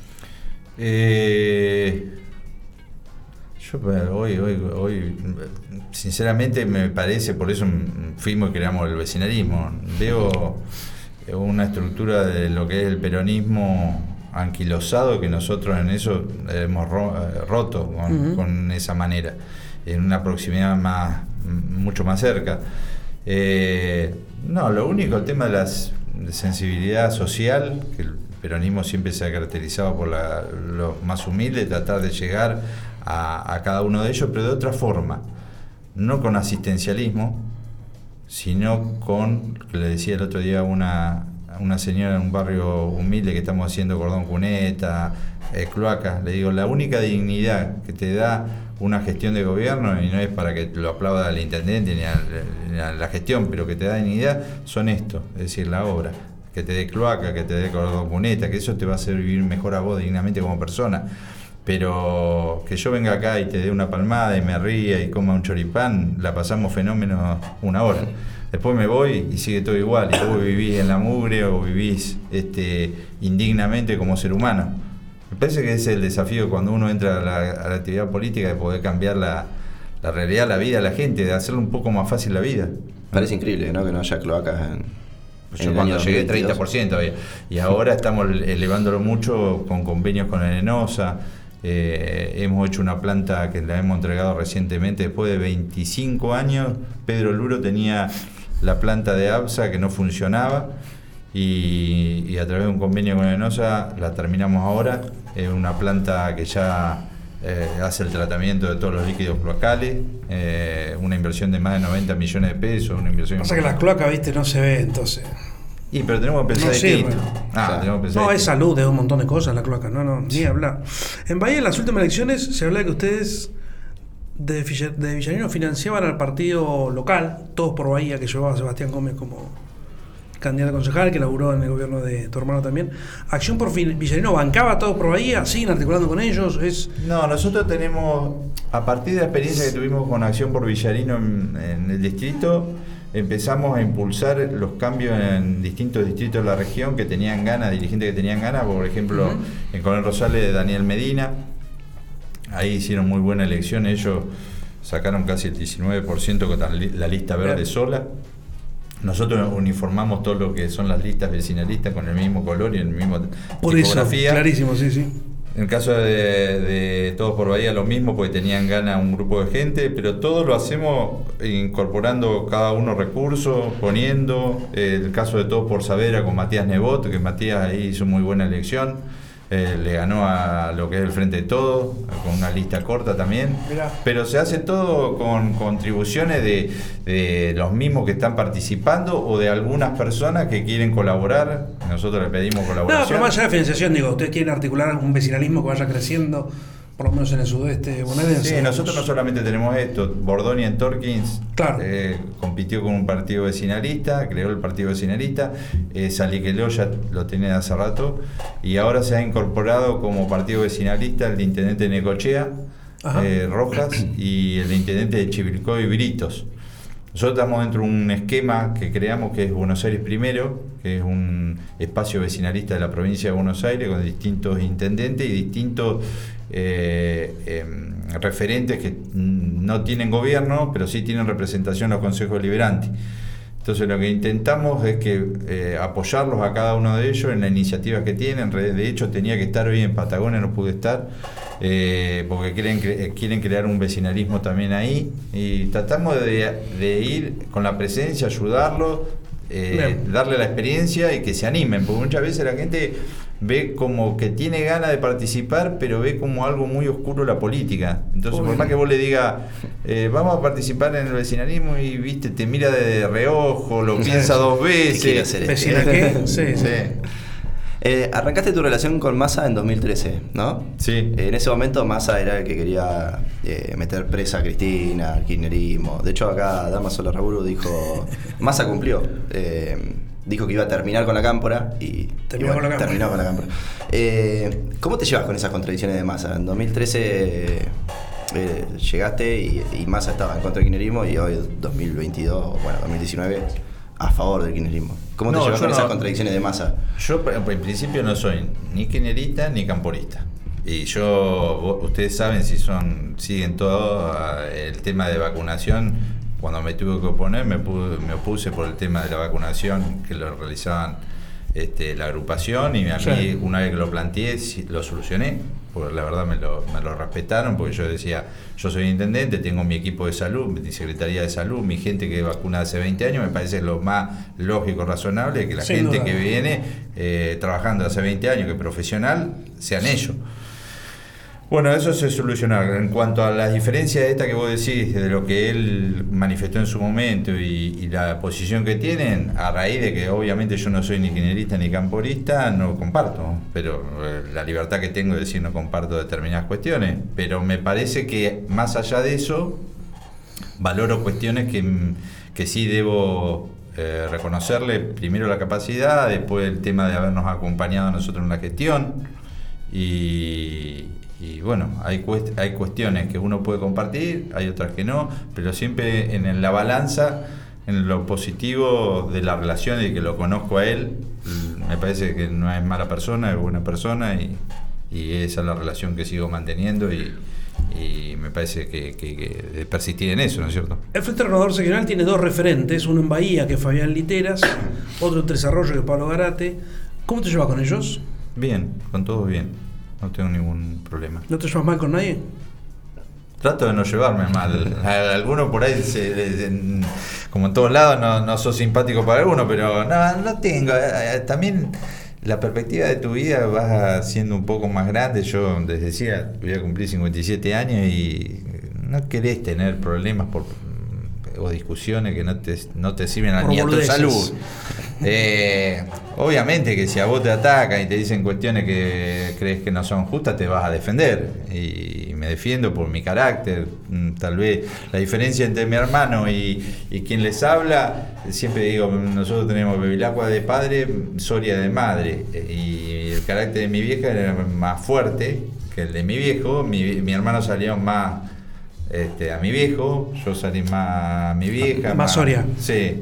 Yo hoy sinceramente me parece, por eso fuimos y creamos el vecinalismo. Veo una estructura de lo que es el peronismo anquilosado, que nosotros en eso hemos roto con esa manera, en una proximidad mucho más cerca. No, lo único, el tema de la sensibilidad social, que el peronismo siempre se ha caracterizado por los más humildes, tratar de llegar a cada uno de ellos, pero de otra forma, no con asistencialismo, sino con, que le decía el otro día a una señora en un barrio humilde que estamos haciendo cordón cuneta, cloaca, le digo, la única dignidad que te da una gestión de gobierno, y no es para que lo aplauda al intendente ni a la gestión, pero que te da dignidad, son esto, es decir, la obra. Que te dé cloaca, que te dé cordón cuneta, que eso te va a hacer vivir mejor a vos dignamente como persona. Pero que yo venga acá y te dé una palmada y me ría y coma un choripán, la pasamos fenómeno 1 hora. Después me voy y sigue todo igual, y vos vivís en la mugre o vivís indignamente como ser humano. Me parece que ese es el desafío cuando uno entra a la actividad política, de poder cambiar la realidad, la vida de la gente, de hacerle un poco más fácil la vida. Parece increíble, ¿no? Que no haya cloacas Yo cuando llegué 30% había. Y ahora estamos elevándolo mucho con convenios con Arenosa. Hemos hecho una planta que la hemos entregado recientemente. Después de 25 años, Pedro Luro tenía la planta de ABSA que no funcionaba. Y a través de un convenio con Arenosa la terminamos ahora. Es una planta que ya hace el tratamiento de todos los líquidos cloacales, una inversión de más de 90 millones de pesos, una inversión. Pasa que las cloacas, viste, no se ve, entonces. Pero tenemos que pensar distinto. Es salud, es un montón de cosas la cloaca, ni hablar. En Bahía, en las últimas elecciones, se habla de que ustedes de Villarino financiaban al partido local, Todos por Bahía, que llevaba a Sebastián Gómez como candidato a concejal, que laburó en el gobierno de tu hermano también. Acción por Villarino bancaba Todos por Bahía, siguen articulando con ellos. No, nosotros tenemos, a partir de la experiencia que tuvimos con Acción por Villarino en el distrito, empezamos a impulsar los cambios en distintos distritos de la región que tenían ganas, dirigentes que tenían ganas. Por ejemplo, en Coronel Rosales, Daniel Medina, ahí hicieron muy buena elección. Ellos sacaron casi el 19% con la lista verde sola. Nosotros uniformamos todo lo que son las listas vecinalistas con el mismo color y el mismo tipografía. Eso, clarísimo, sí. En el caso de Todos por Bahía lo mismo, porque tenían ganas un grupo de gente, pero todo lo hacemos incorporando cada uno recursos, poniendo. El caso de Todos por Savera con Matías Nebot, que Matías ahí hizo muy buena elección. Le ganó a lo que es el Frente de Todos, con una lista corta también. Mirá. Pero se hace todo con contribuciones de los mismos que están participando o de algunas personas que quieren colaborar. Nosotros le pedimos colaboración. No, pero más allá de financiación, digo, ustedes quieren articular un vecinalismo que vaya creciendo, por lo menos en el sudeste bonaerense. Sí, nosotros no solamente tenemos esto. Bordoni en Torkins compitió con un partido vecinalista, creó el partido vecinalista. Saliqueló ya lo tenía hace rato, y ahora se ha incorporado como partido vecinalista el de intendente de Necochea, Rojas, y el de intendente de Chivilcoy, Britos. Nosotros estamos dentro de un esquema que creamos que es Buenos Aires Primero, que es un espacio vecinalista de la provincia de Buenos Aires con distintos intendentes y distintos referentes que no tienen gobierno, pero sí tienen representación en los consejos deliberantes. Entonces lo que intentamos es que apoyarlos a cada uno de ellos en las iniciativas que tienen. De hecho tenía que estar hoy en Patagonia, no pude estar, porque quieren crear un vecinalismo también ahí, y tratamos de ir con la presencia, ayudarlos, darle la experiencia y que se animen, porque muchas veces la gente ve como que tiene ganas de participar, pero ve como algo muy oscuro la política. Entonces, por más que vos le digas, vamos a participar en el vecinalismo, y viste, te mira de reojo, lo piensa dos veces. ¿Qué quiere hacer ¿Vecina qué? Sí. Arrancaste tu relación con Massa en 2013, ¿no? Sí. En ese momento Massa era el que quería meter presa a Cristina, al kirchnerismo. De hecho, acá Damaso Larraburu dijo, Massa cumplió. Dijo que iba a terminar con la cámpora y terminó con la cámpora. ¿Cómo te llevas con esas contradicciones de Massa? En 2013 llegaste y Massa estaba en contra del kirchnerismo, y hoy 2019 a favor del kirchnerismo. ¿Cómo te llevas con esas contradicciones de Massa? Yo en principio no soy ni kirchnerista ni camporista. Y ustedes saben, siguen todo el tema de vacunación. Cuando me tuve que oponer, me opuse por el tema de la vacunación que lo realizaban la agrupación, y a mí, una vez que lo planteé, lo solucioné, porque la verdad me lo respetaron, porque yo decía, yo soy intendente, tengo mi equipo de salud, mi secretaría de salud, mi gente que vacuna hace 20 años, me parece lo más lógico, razonable, que la gente que viene trabajando hace 20 años, que es profesional, sean ellos. Bueno, eso se solucionó. En cuanto a las diferencias que vos decís, de lo que él manifestó en su momento y la posición que tienen, a raíz de que obviamente yo no soy ni kirchnerista ni camporista, no comparto, pero la libertad que tengo de decir no comparto determinadas cuestiones, pero me parece que más allá de eso, valoro cuestiones que sí debo reconocerle. Primero la capacidad, después el tema de habernos acompañado a nosotros en la gestión, y bueno, hay cuestiones que uno puede compartir, hay otras que no, pero siempre en la balanza, en lo positivo de la relación y que lo conozco a él, me parece que no es mala persona, es buena persona, y esa es la relación que sigo manteniendo, y me parece que persistir en eso, ¿no es cierto? El Frente Renovador Seccional tiene dos referentes, uno en Bahía, que es Fabián Literas, otro en Tres Arroyos, que es Pablo Garate. ¿Cómo te llevas con ellos? Bien, con todos bien. No tengo ningún problema. ¿No te llevas mal con nadie? Trato de no llevarme mal. Algunos por ahí, como en todos lados, no sos simpático para algunos, pero no tengo. También la perspectiva de tu vida va siendo un poco más grande. Yo, les decía, voy a cumplir 57 años y no querés tener problemas o discusiones que no te sirven ni a tu salud. Obviamente que si a vos te atacan y te dicen cuestiones que crees que no son justas, te vas a defender, y me defiendo por mi carácter. Tal vez la diferencia entre mi hermano y quien les habla, siempre digo, nosotros tenemos Bevilacqua de padre, Soria de madre, y el carácter de mi vieja era más fuerte que el de mi viejo. Mi hermano salió más a mi viejo, yo salí más a mi vieja, más Soria. Sí,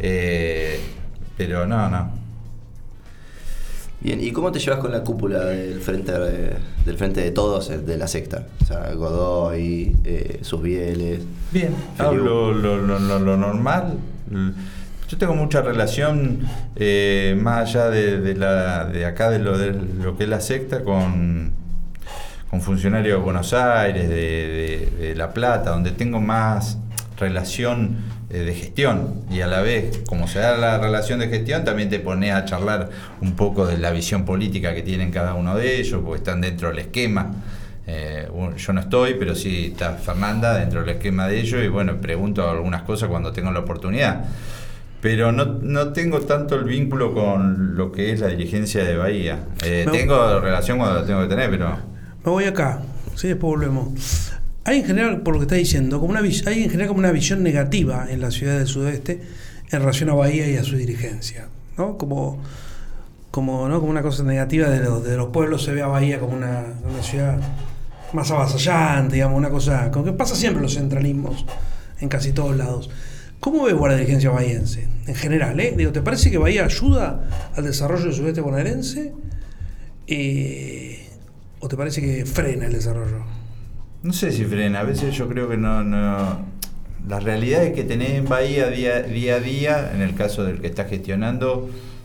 pero no. Bien, ¿y cómo te llevas con la cúpula del frente de todos, de la secta? O sea, Godoy, Susbieles. Bien, hablo lo normal. Yo tengo mucha relación, más allá de acá, de lo que es la secta, con funcionarios de Buenos Aires, de La Plata, donde tengo más relación de gestión, y a la vez, como se da la relación de gestión, también te pones a charlar un poco de la visión política que tienen cada uno de ellos, porque están dentro del esquema. Yo no estoy, pero sí está Fernanda dentro del esquema de ellos, y bueno, pregunto algunas cosas cuando tengo la oportunidad. Pero no tengo tanto el vínculo con lo que es la dirigencia de Bahía. Tengo relación cuando la tengo que tener, pero... Me voy acá, sí, después volvemos. Hay en general, por lo que está diciendo, como una visión negativa en la ciudad del sudeste en relación a Bahía y a su dirigencia, ¿no? Como una cosa negativa de los pueblos, se ve a Bahía como una ciudad más avasallante, digamos, una cosa, como que pasa siempre los centralismos en casi todos lados. ¿Cómo ves vos la dirigencia bahiense? En general, Digo, ¿te parece que Bahía ayuda al desarrollo del sudeste bonaerense? ¿O te parece que frena el desarrollo? No sé si frena, a veces yo creo que no. Las realidades que tenés en Bahía día a día, en el caso del que está gestionando,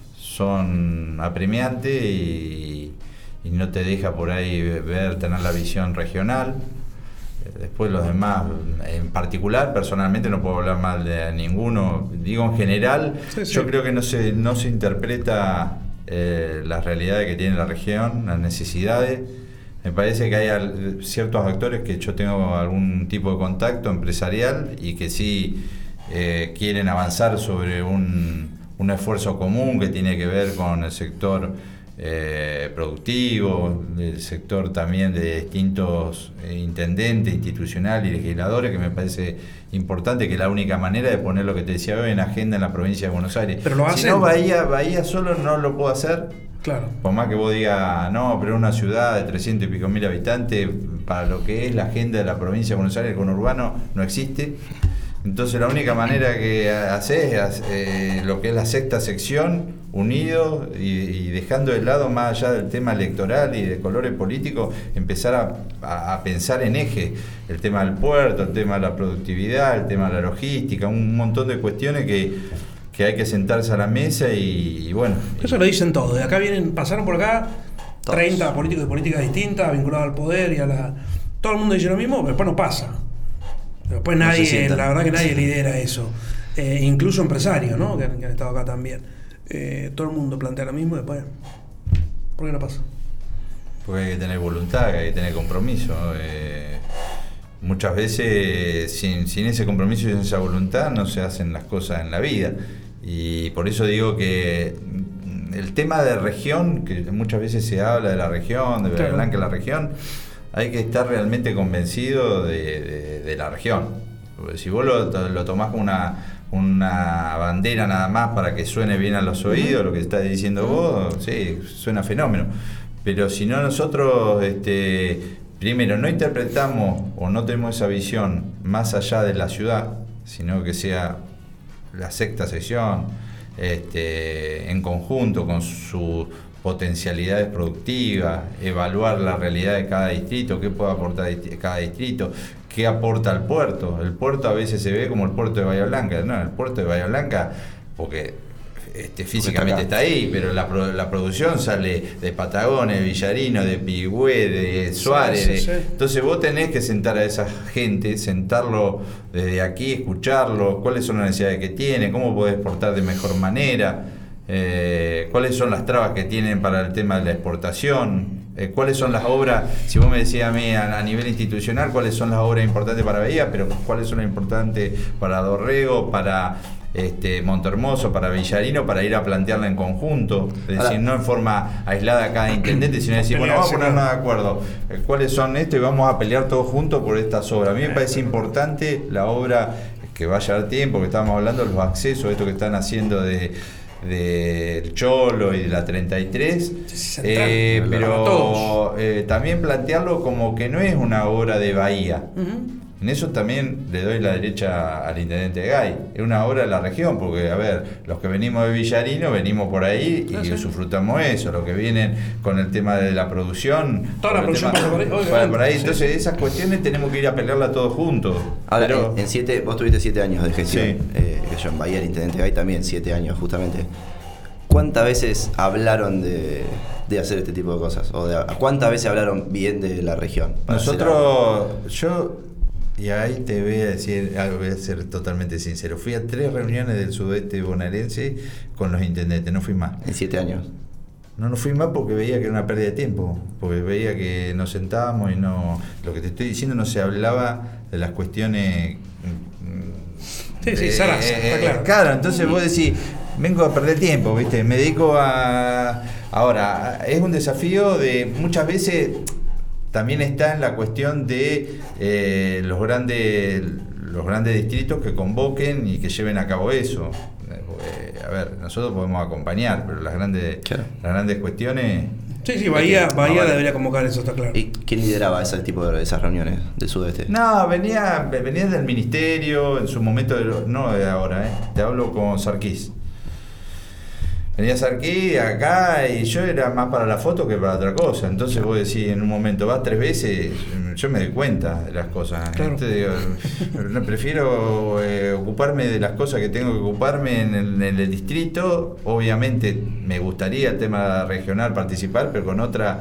son apremiantes y no te deja por ahí tener la visión regional. Después los demás, en particular, personalmente no puedo hablar mal de ninguno. Digo, en general, sí. Yo creo que no se interpreta las realidades que tiene la región, las necesidades. Me parece que hay ciertos actores que yo tengo algún tipo de contacto empresarial y que sí quieren avanzar sobre un esfuerzo común que tiene que ver con el sector productivo, el sector también de distintos intendentes, institucionales y legisladores, que me parece importante, que es la única manera de poner lo que te decía hoy en agenda en la provincia de Buenos Aires. Pero lo hacen. Si no, Bahía solo no lo puedo hacer. Claro. Por más que vos digas, no, pero es una ciudad de 300 y pico mil habitantes, para lo que es la agenda de la provincia de Buenos Aires, el conurbano no existe. Entonces la única manera que haces es lo que es la sexta sección, unido y dejando de lado, más allá del tema electoral y de colores políticos, empezar a pensar en eje, el tema del puerto, el tema de la productividad, el tema de la logística, un montón de cuestiones que hay que sentarse a la mesa y bueno. Eso lo dicen todos. De acá pasaron por acá 30 políticos de políticas distintas, vinculados al poder y a la... Todo el mundo dice lo mismo, pero después no pasa. Después nadie, la verdad que nadie lidera eso. Incluso empresarios, ¿no? Que han estado acá también. Todo el mundo plantea lo mismo y después, ¿por qué no pasa? Porque hay que tener voluntad, hay que tener compromiso. Muchas veces sin ese compromiso y sin esa voluntad no se hacen las cosas en la vida. Y por eso digo que el tema de región, que muchas veces se habla de la región, de Bahía Blanca, la región, hay que estar realmente convencido de la región. Porque si vos lo tomás como una bandera nada más para que suene bien a los oídos, lo que estás diciendo vos, sí, suena fenómeno. Pero si no, nosotros primero no interpretamos o no tenemos esa visión más allá de la ciudad, sino que sea la sexta sección en conjunto con sus potencialidades productivas, evaluar la realidad de cada distrito, qué puede aportar cada distrito, qué aporta al puerto. El puerto a veces se ve como el puerto de Bahía Blanca. No, el puerto de Bahía Blanca, porque físicamente está ahí, pero la producción sale de Patagones, de Villarino, de Pigüé, de Suárez. Sí. Entonces vos tenés que sentar a esa gente, sentarlo desde aquí, escucharlo, cuáles son las necesidades que tiene, cómo podés exportar de mejor manera, cuáles son las trabas que tienen para el tema de la exportación, cuáles son las obras, si vos me decías a mí a nivel institucional, cuáles son las obras importantes para Bahía, pero cuáles son las importantes para Dorrego, para Montehermoso, para Villarino, para ir a plantearla en conjunto, es decir, no en forma aislada cada intendente, sino decir, bueno, vamos a ponernos de acuerdo, cuáles son esto y vamos a pelear todos juntos por estas obras. A mí me parece importante la obra que va a llevar tiempo, que estábamos hablando de los accesos, esto que están haciendo del Cholo y de la 33, pero también plantearlo como que no es una obra de Bahía. En eso también le doy la derecha al intendente de Gay. Es una obra de la región, porque, a ver, los que venimos de Villarino venimos por ahí y disfrutamos eso. Los que vienen con el tema de la producción, toda la producción pasa por ahí. Entonces, esas cuestiones tenemos que ir a pelearlas todos juntos. Ahora, pero, vos tuviste 7 años de gestión. Sí. Yo en Bahía, el intendente de Gay también, 7 años justamente. ¿Cuántas veces hablaron de hacer este tipo de cosas? ¿Cuántas veces hablaron bien de la región? Y ahí te voy a decir, voy a ser totalmente sincero. Fui a 3 reuniones del sudeste bonaerense con los intendentes, no fui más. ¿En 7 años? No fui más porque veía que era una pérdida de tiempo, porque veía que nos sentábamos y no... Lo que te estoy diciendo, no se hablaba de las cuestiones... Zaraza, está claro. Claro, entonces vos decís, vengo a perder tiempo, ¿viste? Me dedico a... Ahora, es un desafío de muchas veces... También está en la cuestión de los grandes distritos que convoquen y que lleven a cabo eso. A ver, nosotros podemos acompañar, pero las grandes cuestiones Sí, Bahía debería convocar eso, está claro. ¿Y quién lideraba ese tipo de esas reuniones del sudeste? No, venía del ministerio, en su momento, no de ahora, te hablo con Sarkis. Venía Sarkis acá y yo era más para la foto que para otra cosa. Entonces vos decís, en un momento vas 3 veces, yo me doy cuenta de las cosas. Claro. Entonces, digo, prefiero ocuparme de las cosas que tengo que ocuparme en el distrito. Obviamente me gustaría el tema regional participar, pero con otra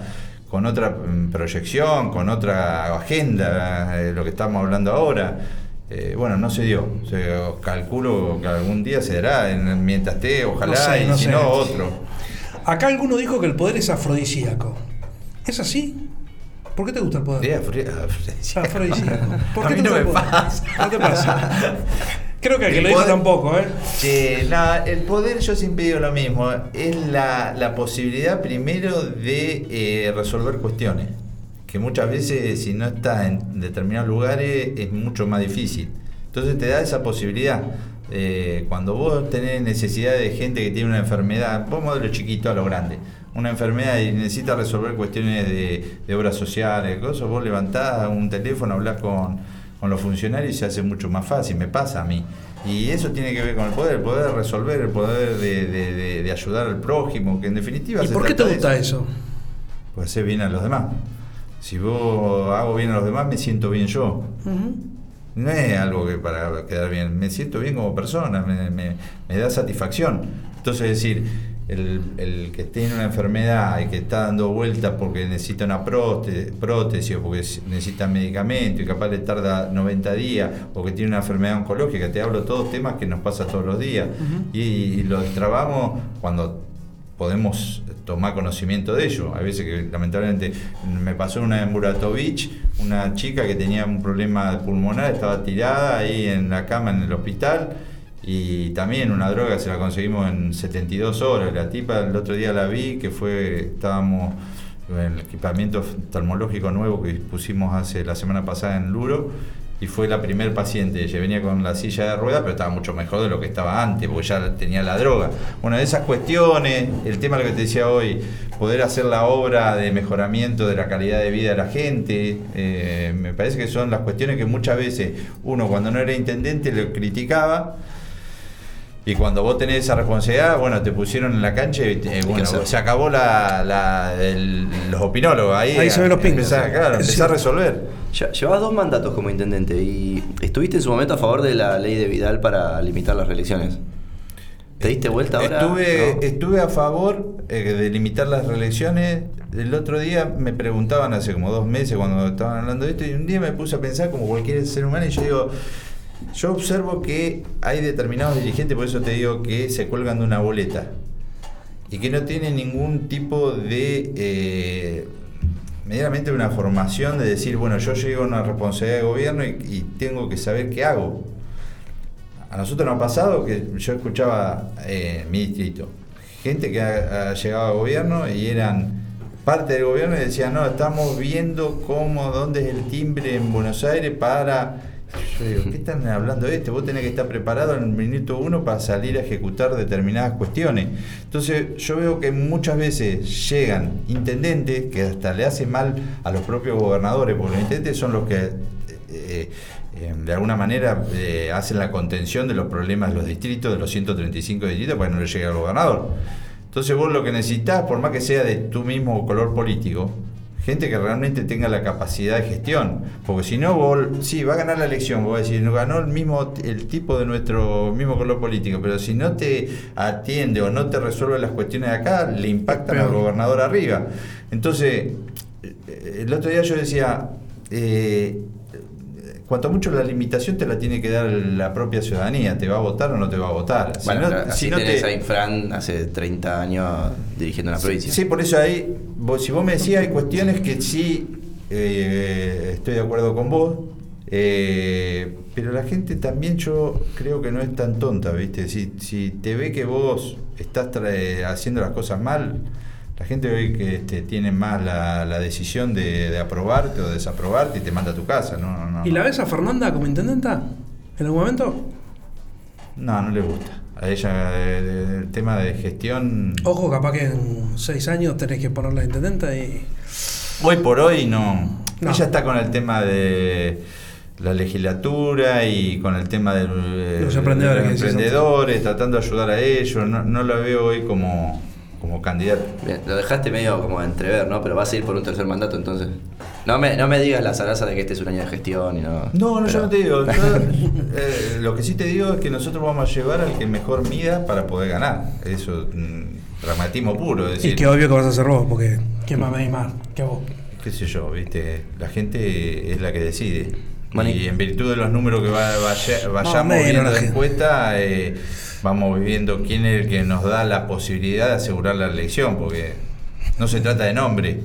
proyección, con otra agenda, lo que estamos hablando ahora. Bueno, no se dio. Calculo que algún día se dará, mientras esté, ojalá, no sé. Otro. Acá alguno dijo que el poder es afrodisíaco. ¿Es así? ¿Por qué te gusta el poder? Afrodisíaco. ¿Por qué a mí no me pasa. ¿No te pasa? Creo que el que lo dijo tampoco, el poder, yo siempre digo lo mismo, es la posibilidad primero de resolver cuestiones. Que muchas veces si no estás en determinados lugares es mucho más difícil. Entonces te da esa posibilidad. Cuando vos tenés necesidad de gente que tiene una enfermedad, vamos de lo chiquito a lo grande, una enfermedad y necesita resolver cuestiones de obras sociales, cosas, vos levantás un teléfono, hablás con los funcionarios y se hace mucho más fácil, me pasa a mí. Y eso tiene que ver con el poder de resolver, el poder de ayudar al prójimo, que en definitiva... ¿Y por qué te gusta eso? Pues hacer bien a los demás. Si vos hago bien a los demás, me siento bien yo. Uh-huh. No es algo que para quedar bien, me siento bien como persona, me da satisfacción. Entonces, es decir, el que tiene una enfermedad y que está dando vueltas porque necesita una prótesis o porque necesita medicamento y capaz le tarda 90 días, o que tiene una enfermedad oncológica, te hablo de todos temas que nos pasa todos los días. Uh-huh. Y lo destrabamos cuando podemos tomar conocimiento de ello. Hay veces que lamentablemente me pasó una en Buratovich, una chica que tenía un problema pulmonar, estaba tirada ahí en la cama en el hospital, y también una droga se la conseguimos en 72 horas. La tipa el otro día la vi, que estábamos en el equipamiento oftalmológico nuevo que pusimos la semana pasada en Luro, y fue la primer paciente. Ella venía con la silla de ruedas, pero estaba mucho mejor de lo que estaba antes, porque ya tenía la droga. Bueno, de esas cuestiones, el tema de lo que te decía hoy, poder hacer la obra de mejoramiento de la calidad de vida de la gente, me parece que son las cuestiones que muchas veces uno, cuando no era intendente, lo criticaba. Y cuando vos tenés esa responsabilidad, bueno, te pusieron en la cancha y se acabó los opinólogos. Ahí se ven los pingos. Empezá a resolver. Llevas 2 mandatos como intendente y estuviste en su momento a favor de la ley de Vidal para limitar las reelecciones. ¿Te diste vuelta ahora? Estuve a favor de limitar las reelecciones. El otro día me preguntaban, hace como 2 meses, cuando estaban hablando de esto, y un día me puse a pensar como cualquier ser humano, y yo digo... Yo observo que hay determinados dirigentes, por eso te digo que se cuelgan de una boleta y que no tienen ningún tipo de medianamente una formación de decir, bueno, yo llego a una responsabilidad de gobierno y tengo que saber qué hago. A nosotros nos ha pasado que yo escuchaba en mi distrito gente que ha llegado al gobierno y eran parte del gobierno y decían, no, estamos viendo dónde es el timbre en Buenos Aires para... Yo digo, ¿qué están hablando de esto? Vos tenés que estar preparado en el minuto 1 para salir a ejecutar determinadas cuestiones. Entonces yo veo que muchas veces llegan intendentes que hasta le hacen mal a los propios gobernadores, porque los intendentes son los que de alguna manera hacen la contención de los problemas de los distritos, de los 135 distritos, para que no le llegue al gobernador. Entonces vos lo que necesitás, por más que sea de tu mismo color político, gente que realmente tenga la capacidad de gestión, porque si no, va a ganar la elección, vos vas a decir, no ganó el tipo de nuestro mismo color político, pero si no te atiende o no te resuelve las cuestiones de acá, le impactan al gobernador arriba. Entonces, el otro día yo decía, cuanto mucho la limitación te la tiene que dar la propia ciudadanía, ¿te va a votar o no te va a votar? Bueno, si tenés a Infran hace 30 años dirigiendo una provincia. Sí, por eso ahí, si vos me decías, hay cuestiones que sí estoy de acuerdo con vos, pero la gente también, yo creo que no es tan tonta, ¿viste? Si te ve que vos estás haciendo las cosas mal, la gente ve que tiene más la decisión de aprobarte o desaprobarte y te manda a tu casa. No. ¿Y la ves a Fernanda como intendenta en algún momento? No le gusta. a ella el tema de gestión. Ojo, capaz que en 6 años tenés que ponerla de intendenta y... Hoy por hoy no. No. Ella está con el tema de la legislatura y con el tema de Los emprendedores, tratando de ayudar a ellos. No la veo hoy como candidato. Bien, lo dejaste medio como entrever, ¿no? Pero vas a ir por un tercer mandato, entonces. No me digas la zaraza de que este es un año de gestión y no. No, pero... yo no te digo. Lo que sí te digo es que nosotros vamos a llevar al que mejor mida para poder ganar. Eso, dramatismo puro. Es decir, y que obvio que vas a hacer vos, porque ¿quién va a medir más que vos? Qué sé yo, ¿viste? La gente es la que decide. Bueno, y en virtud de los números que vayamos viendo de encuesta, vamos viendo quién es el que nos da la posibilidad de asegurar la elección, porque no se trata de nombre.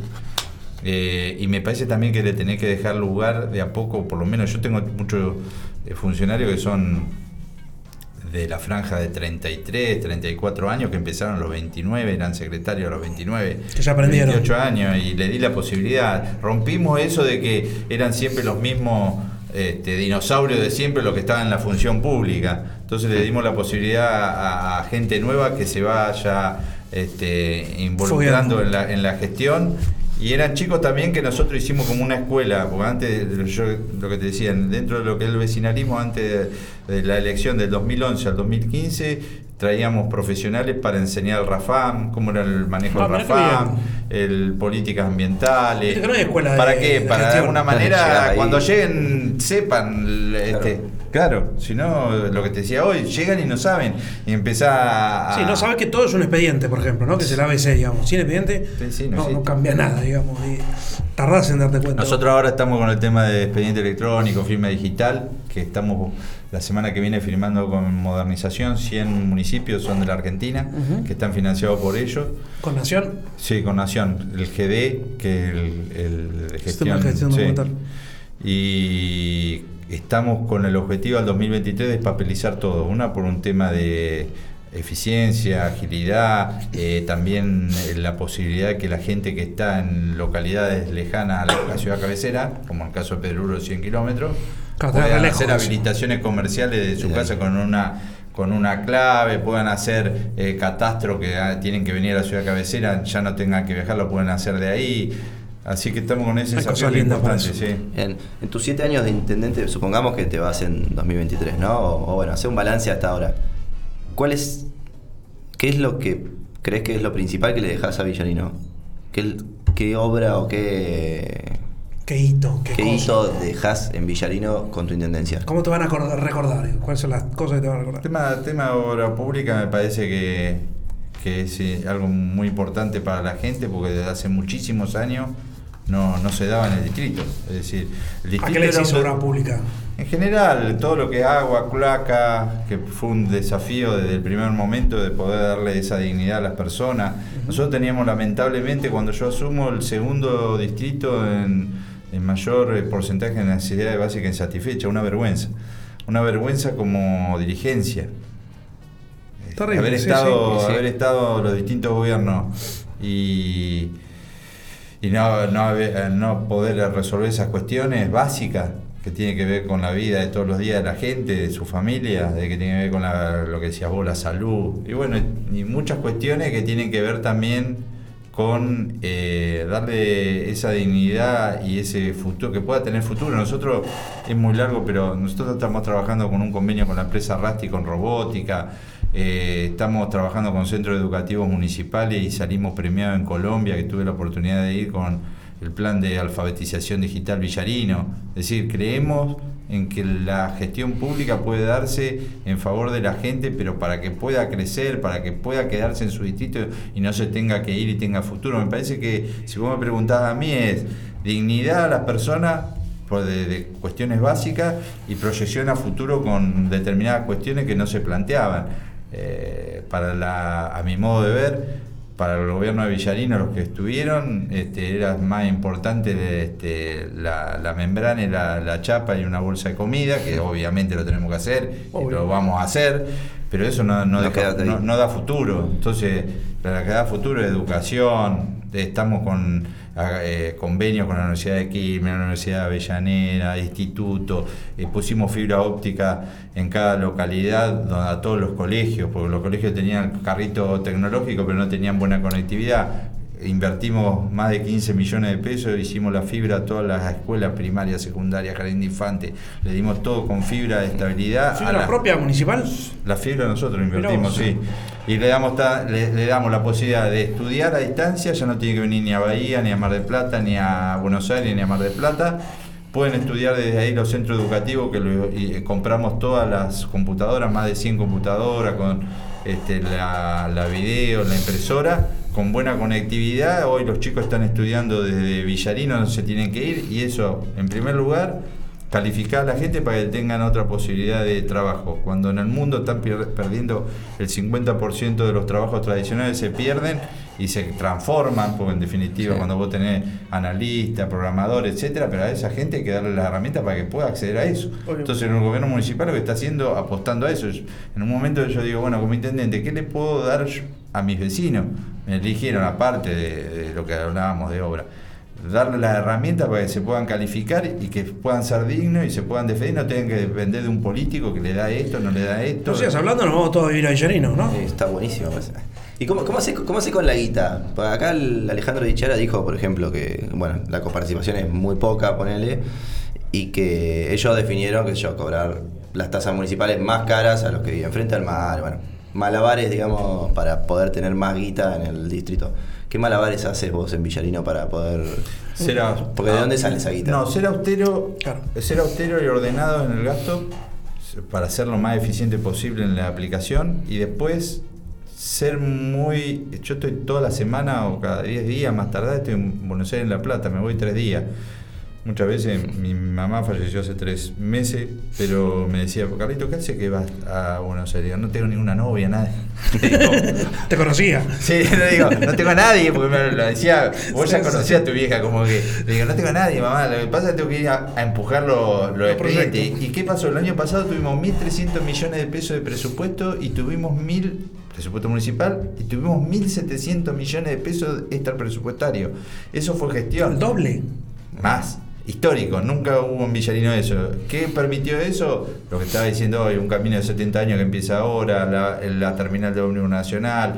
Y me parece también que le tenés que dejar lugar de a poco, por lo menos yo tengo muchos funcionarios que son de la franja de 33, 34 años, que empezaron a los 29, eran secretarios a los 29, que ya aprendieron. 28 años, y le di la posibilidad. Rompimos eso de que eran siempre los mismos dinosaurios de siempre los que estaban en la función pública. Entonces le dimos la posibilidad a gente nueva que se vaya involucrando en la gestión. Y eran chicos también que nosotros hicimos como una escuela, porque antes, yo lo que te decía, dentro de lo que es el vecinalismo, antes de la elección del 2011 al 2015, traíamos profesionales para enseñar el RAFAM, cómo era el manejo del RAFAM, políticas ambientales. No hay escuela ¿Para qué? Para de alguna manera, cuando ahí. Lleguen, sepan. Claro, si no, lo que te decía hoy, llegan y no saben, y empezá a... Sí, no sabes que todo es un expediente, por ejemplo, ¿no? Que es el ABC, digamos. Sin expediente no cambia nada, digamos. Y tardás en darte cuenta. Nosotros ahora estamos con el tema de expediente electrónico, firma digital, que estamos la semana que viene firmando con Modernización. 100 municipios son de la Argentina, que están financiados por ellos. ¿Con Nación? Sí, con Nación. El GD, que es el Sistema de gestión documental. Y estamos con el objetivo al 2023 de despapelizar todo. Una, por un tema de eficiencia, agilidad, también la posibilidad de que la gente que está en localidades lejanas a la ciudad cabecera, como el caso de Pedruro de 100 kilómetros, puedan hacer habilitaciones comerciales de su casa con una clave, puedan hacer catastro que tienen que venir a la ciudad cabecera, ya no tengan que viajar, lo pueden hacer de ahí. Así que estamos con ese desafío importante, sí. En tus 7 años de intendente, supongamos que te vas en 2023, ¿no? O bueno, hacer un balance hasta ahora. ¿Qué es lo que crees que es lo principal que le dejás a Villarino? ¿Qué obra o qué hito dejás en Villarino con tu intendencia? ¿Cómo te van a recordar? ¿Cuáles son las cosas que te van a recordar? El tema de obra pública me parece que es algo muy importante para la gente, porque desde hace muchísimos años no se daba en el distrito. Es decir, el distrito. ¿A qué le decís obra pública? En general, todo lo que es agua, cloaca, que fue un desafío desde el primer momento de poder darle esa dignidad a las personas. Nosotros teníamos, lamentablemente, cuando yo asumo, el segundo distrito en mayor porcentaje de necesidades básicas insatisfechas. Una vergüenza como dirigencia. Terrible, haber estado los distintos gobiernos y no poder resolver esas cuestiones básicas que tienen que ver con la vida de todos los días de la gente, de su familia, de que tiene que ver con lo que decías vos, la salud, y bueno, y muchas cuestiones que tienen que ver también con darle esa dignidad y ese futuro, que pueda tener futuro. Nosotros, es muy largo, pero nosotros estamos trabajando con un convenio con la empresa Rasti, con robótica. Estamos trabajando con centros educativos municipales y salimos premiados en Colombia, que tuve la oportunidad de ir con el plan de alfabetización digital Villarino. Es decir, creemos en que la gestión pública puede darse en favor de la gente, pero para que pueda crecer, para que pueda quedarse en su distrito y no se tenga que ir y tenga futuro. Me parece que, si vos me preguntás a mí, es dignidad a las personas de cuestiones básicas y proyección a futuro con determinadas cuestiones que no se planteaban. A mi modo de ver, para el gobierno de Villarino, los que estuvieron, era más importante la membrana y la chapa y una bolsa de comida, que obviamente lo tenemos que hacer, y lo vamos a hacer, pero eso no da futuro. Entonces, para que da futuro es educación, estamos con convenios con la Universidad de Quilmes, la Universidad de Avellaneda, Instituto, pusimos fibra óptica en cada localidad a todos los colegios, porque los colegios tenían carrito tecnológico pero no tenían buena conectividad. Invertimos más de 15 millones de pesos, hicimos la fibra a todas las escuelas primarias, secundarias, jardín de infantes, le dimos todo con fibra de estabilidad. ¿Fibra propia municipal? La fibra nosotros invertimos, sí. Y le damos la posibilidad de estudiar a distancia, ya no tiene que venir ni a Bahía, ni a Mar del Plata, ni a Buenos Aires, ni a Mar del Plata. Pueden estudiar desde ahí los centros educativos, que compramos todas las computadoras, más de 100 computadoras, con la video, la impresora, con buena conectividad. Hoy los chicos están estudiando desde Villarino, no se tienen que ir, y eso, en primer lugar, calificar a la gente para que tengan otra posibilidad de trabajo. Cuando en el mundo están perdiendo el 50% de los trabajos tradicionales, se pierden y se transforman, porque en definitiva, cuando vos tenés analistas, programadores, etcétera, pero a esa gente hay que darle las herramientas para que pueda acceder a eso. Entonces el gobierno municipal lo que está haciendo, apostando a eso. En un momento yo digo, bueno, como intendente, ¿qué le puedo dar a mis vecinos? Me eligieron, aparte de lo que hablábamos de obra, darle las herramientas para que se puedan calificar y que puedan ser dignos y se puedan defender, no tengan que depender de un político que le da esto, no le da esto. No sigas hablando, nos vamos todos a vivir a Villarino, ¿no? Está buenísimo. ¿Y cómo hace con la guita? Porque acá el Alejandro Dichara dijo, por ejemplo, que bueno, la coparticipación es muy poca, ponele, y que ellos definieron que cobrar las tasas municipales más caras a los que viven frente al mar, bueno, malabares, digamos, para poder tener más guita en el distrito. ¿Qué malabares haces vos en Villarino para poder...? Porque ¿de dónde sale esa guita? No, ser austero y ordenado en el gasto para ser lo más eficiente posible en la aplicación, y después ser muy... Yo estoy toda la semana o cada 10 días, más tardar estoy en Buenos Aires, en La Plata, me voy 3 días. Muchas veces mi mamá falleció hace 3 meses, pero me decía, Carlito, ¿qué hace que vas a Buenos Aires? No tengo ninguna novia, nada. ¿Te conocía? Sí, le digo, no tengo a nadie, porque me lo decía, vos ya conocías a tu vieja, como que, le digo, no tengo a nadie, mamá, lo que pasa es que tengo que ir a empujar los expedientes. ¿Y qué pasó? El año pasado tuvimos 1.300 millones de pesos de presupuesto y tuvimos presupuesto municipal, y tuvimos 1.700 millones de pesos extra presupuestario. Eso fue gestión. ¿El doble? Más. Histórico, nunca hubo en Villarino eso. ¿Qué permitió eso? Lo que estaba diciendo hoy, un camino de 70 años que empieza ahora, la terminal de ómnibus nacional,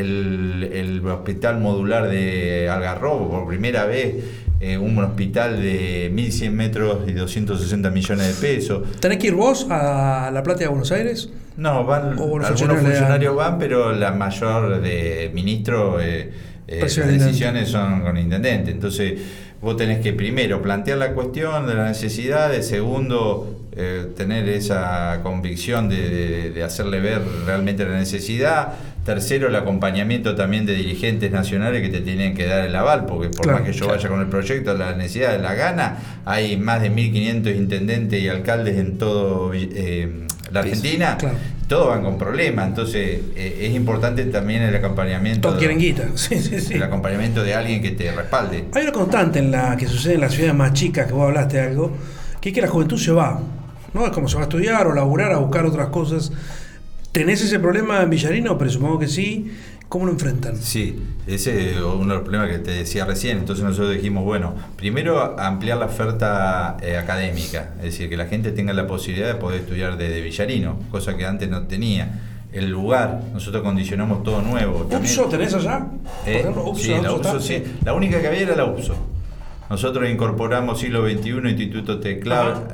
el hospital modular de Algarrobo, por primera vez, un hospital de 1.100 metros y 260 millones de pesos. ¿Tenés que ir vos a La Plata y a Buenos Aires? No, van algunos funcionarios van, pero la mayor de ministro, las decisiones son con el intendente. Entonces vos tenés que primero plantear la cuestión de la necesidad, de segundo tener esa convicción de hacerle ver realmente la necesidad, tercero el acompañamiento también de dirigentes nacionales que te tienen que dar el aval, porque por más que yo vaya con el proyecto, la necesidad de la gana, hay más de 1.500 intendentes y alcaldes en todo la Argentina. Todos van con problemas, entonces es importante también el acompañamiento. Todos quieren guita, sí. El acompañamiento de alguien que te respalde. Hay una constante en la que sucede en las ciudades más chicas, que vos hablaste de algo, que es que la juventud se va, ¿no? Es como se va a estudiar o laburar, a buscar otras cosas. ¿Tenés ese problema en Villarino? Presupongo que sí. ¿Cómo lo enfrentan? Sí, ese es uno de los problemas que te decía recién. Entonces nosotros dijimos, bueno, primero ampliar la oferta académica, es decir, que la gente tenga la posibilidad de poder estudiar desde Villarino, cosa que antes no tenía. El lugar, nosotros condicionamos todo nuevo. ¿UPSO tenés allá? Por ejemplo, UPSO, sí, la UPSO, sí. La única que había era la UPSO. Nosotros incorporamos siglo XXI, Instituto Teclab,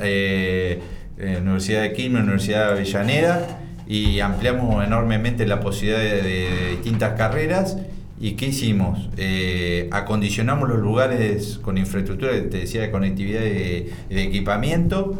Universidad de Quilmes, Universidad de Avellaneda, y ampliamos enormemente la posibilidad de distintas carreras. ¿Y qué hicimos? Acondicionamos los lugares con infraestructura, te decía, de conectividad y de equipamiento.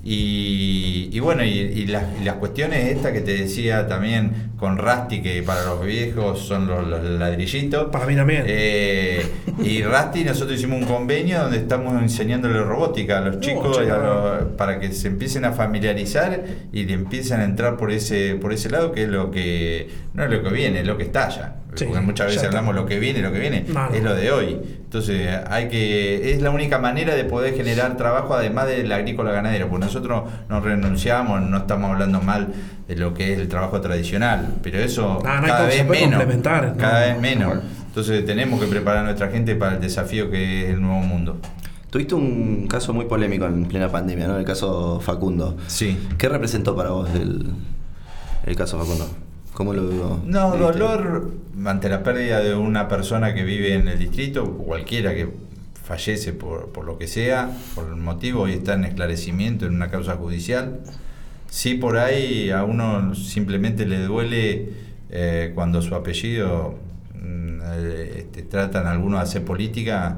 Y bueno, y las cuestiones estas que te decía también con Rasti, que para los viejos son los ladrillitos. Para mí también. Y Rasti, nosotros hicimos un convenio donde estamos enseñándole robótica a los chicos para que se empiecen a familiarizar y le empiecen a entrar por ese lado, que es lo que no es lo que viene, es lo que está allá. Sí, porque muchas veces hablamos lo que viene es lo de hoy. Entonces es la única manera de poder generar trabajo, además del agrícola ganadero, porque nosotros no renunciamos, no estamos hablando mal de lo que es el trabajo tradicional, pero eso cada vez menos. Entonces tenemos que preparar a nuestra gente para el desafío que es el nuevo mundo. Tuviste un caso muy polémico en plena pandemia, ¿no? El caso Facundo. Sí. ¿Qué representó para vos el caso Facundo? ¿Cómo lo viviste? No, dolor ante la pérdida de una persona que vive en el distrito, cualquiera que fallece por lo que sea, por el motivo, y está en esclarecimiento en una causa judicial. Sí, por ahí a uno simplemente le duele cuando su apellido tratan algunos de hacer política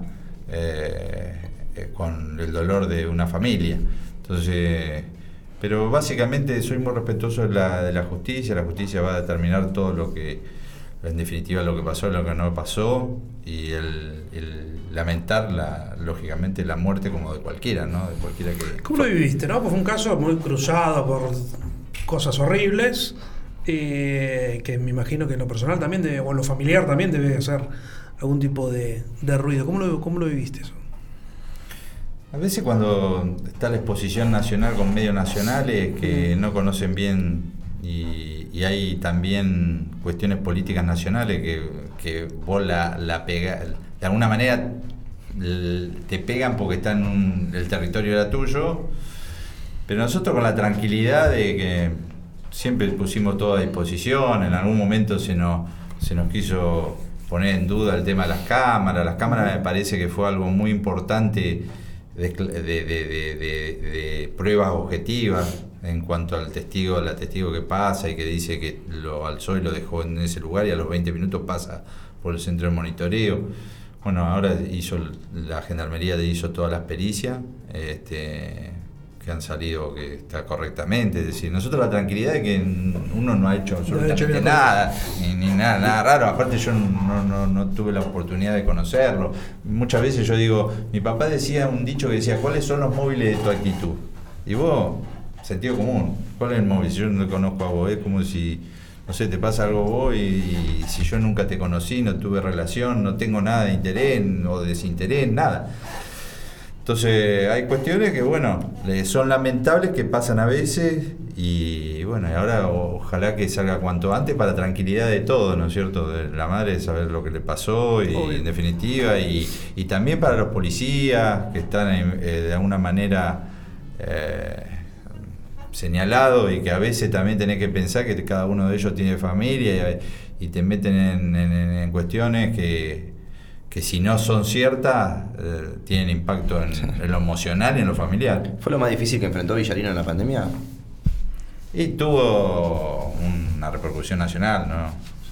con el dolor de una familia. Entonces, pero básicamente soy muy respetuoso de la justicia. La justicia va a determinar todo lo que, en definitiva, lo que pasó, lo que no pasó, y el lamentar lógicamente la muerte como de cualquiera, ¿no? De cualquiera que. ¿Cómo lo viviste, no? Pues fue un caso muy cruzado por cosas horribles, que me imagino que en lo personal también o en lo familiar también debe hacer algún tipo de ruido. ¿Cómo lo viviste eso? A veces cuando está la exposición nacional con medios nacionales que no conocen bien, y hay también cuestiones políticas nacionales que vos la pegás, de alguna manera te pegan porque está en el territorio era tuyo, pero nosotros con la tranquilidad de que siempre pusimos todo a disposición. En algún momento se nos quiso poner en duda el tema de las cámaras. Las cámaras me parece que fue algo muy importante de pruebas objetivas en cuanto al testigo que pasa y que dice que lo alzó y lo dejó en ese lugar, y a los 20 minutos pasa por el centro de monitoreo. Bueno, ahora la Gendarmería hizo todas las pericias que han salido que está correctamente. Es decir, nosotros la tranquilidad de que uno no ha hecho absolutamente nada, ni nada raro. Aparte yo no tuve la oportunidad de conocerlo. Muchas veces yo digo, mi papá decía un dicho que decía, ¿cuáles son los móviles de tu actitud? Y vos, sentido común, ¿cuál es el móvil? Si yo no te conozco a vos, es como si, no sé, te pasa algo a vos y si yo nunca te conocí, no tuve relación, no tengo nada de interés o desinterés, nada. Entonces hay cuestiones que, bueno, son lamentables, que pasan a veces, y bueno, y ahora ojalá que salga cuanto antes para tranquilidad de todos, ¿no es cierto? De la madre, saber lo que le pasó, y en definitiva, y también para los policías que están de alguna manera señalados, y que a veces también tenés que pensar que cada uno de ellos tiene familia, y te meten en cuestiones que si no son ciertas, tienen impacto en lo emocional y en lo familiar. ¿Fue lo más difícil que enfrentó Villarino en la pandemia? Y tuvo una repercusión nacional, ¿no?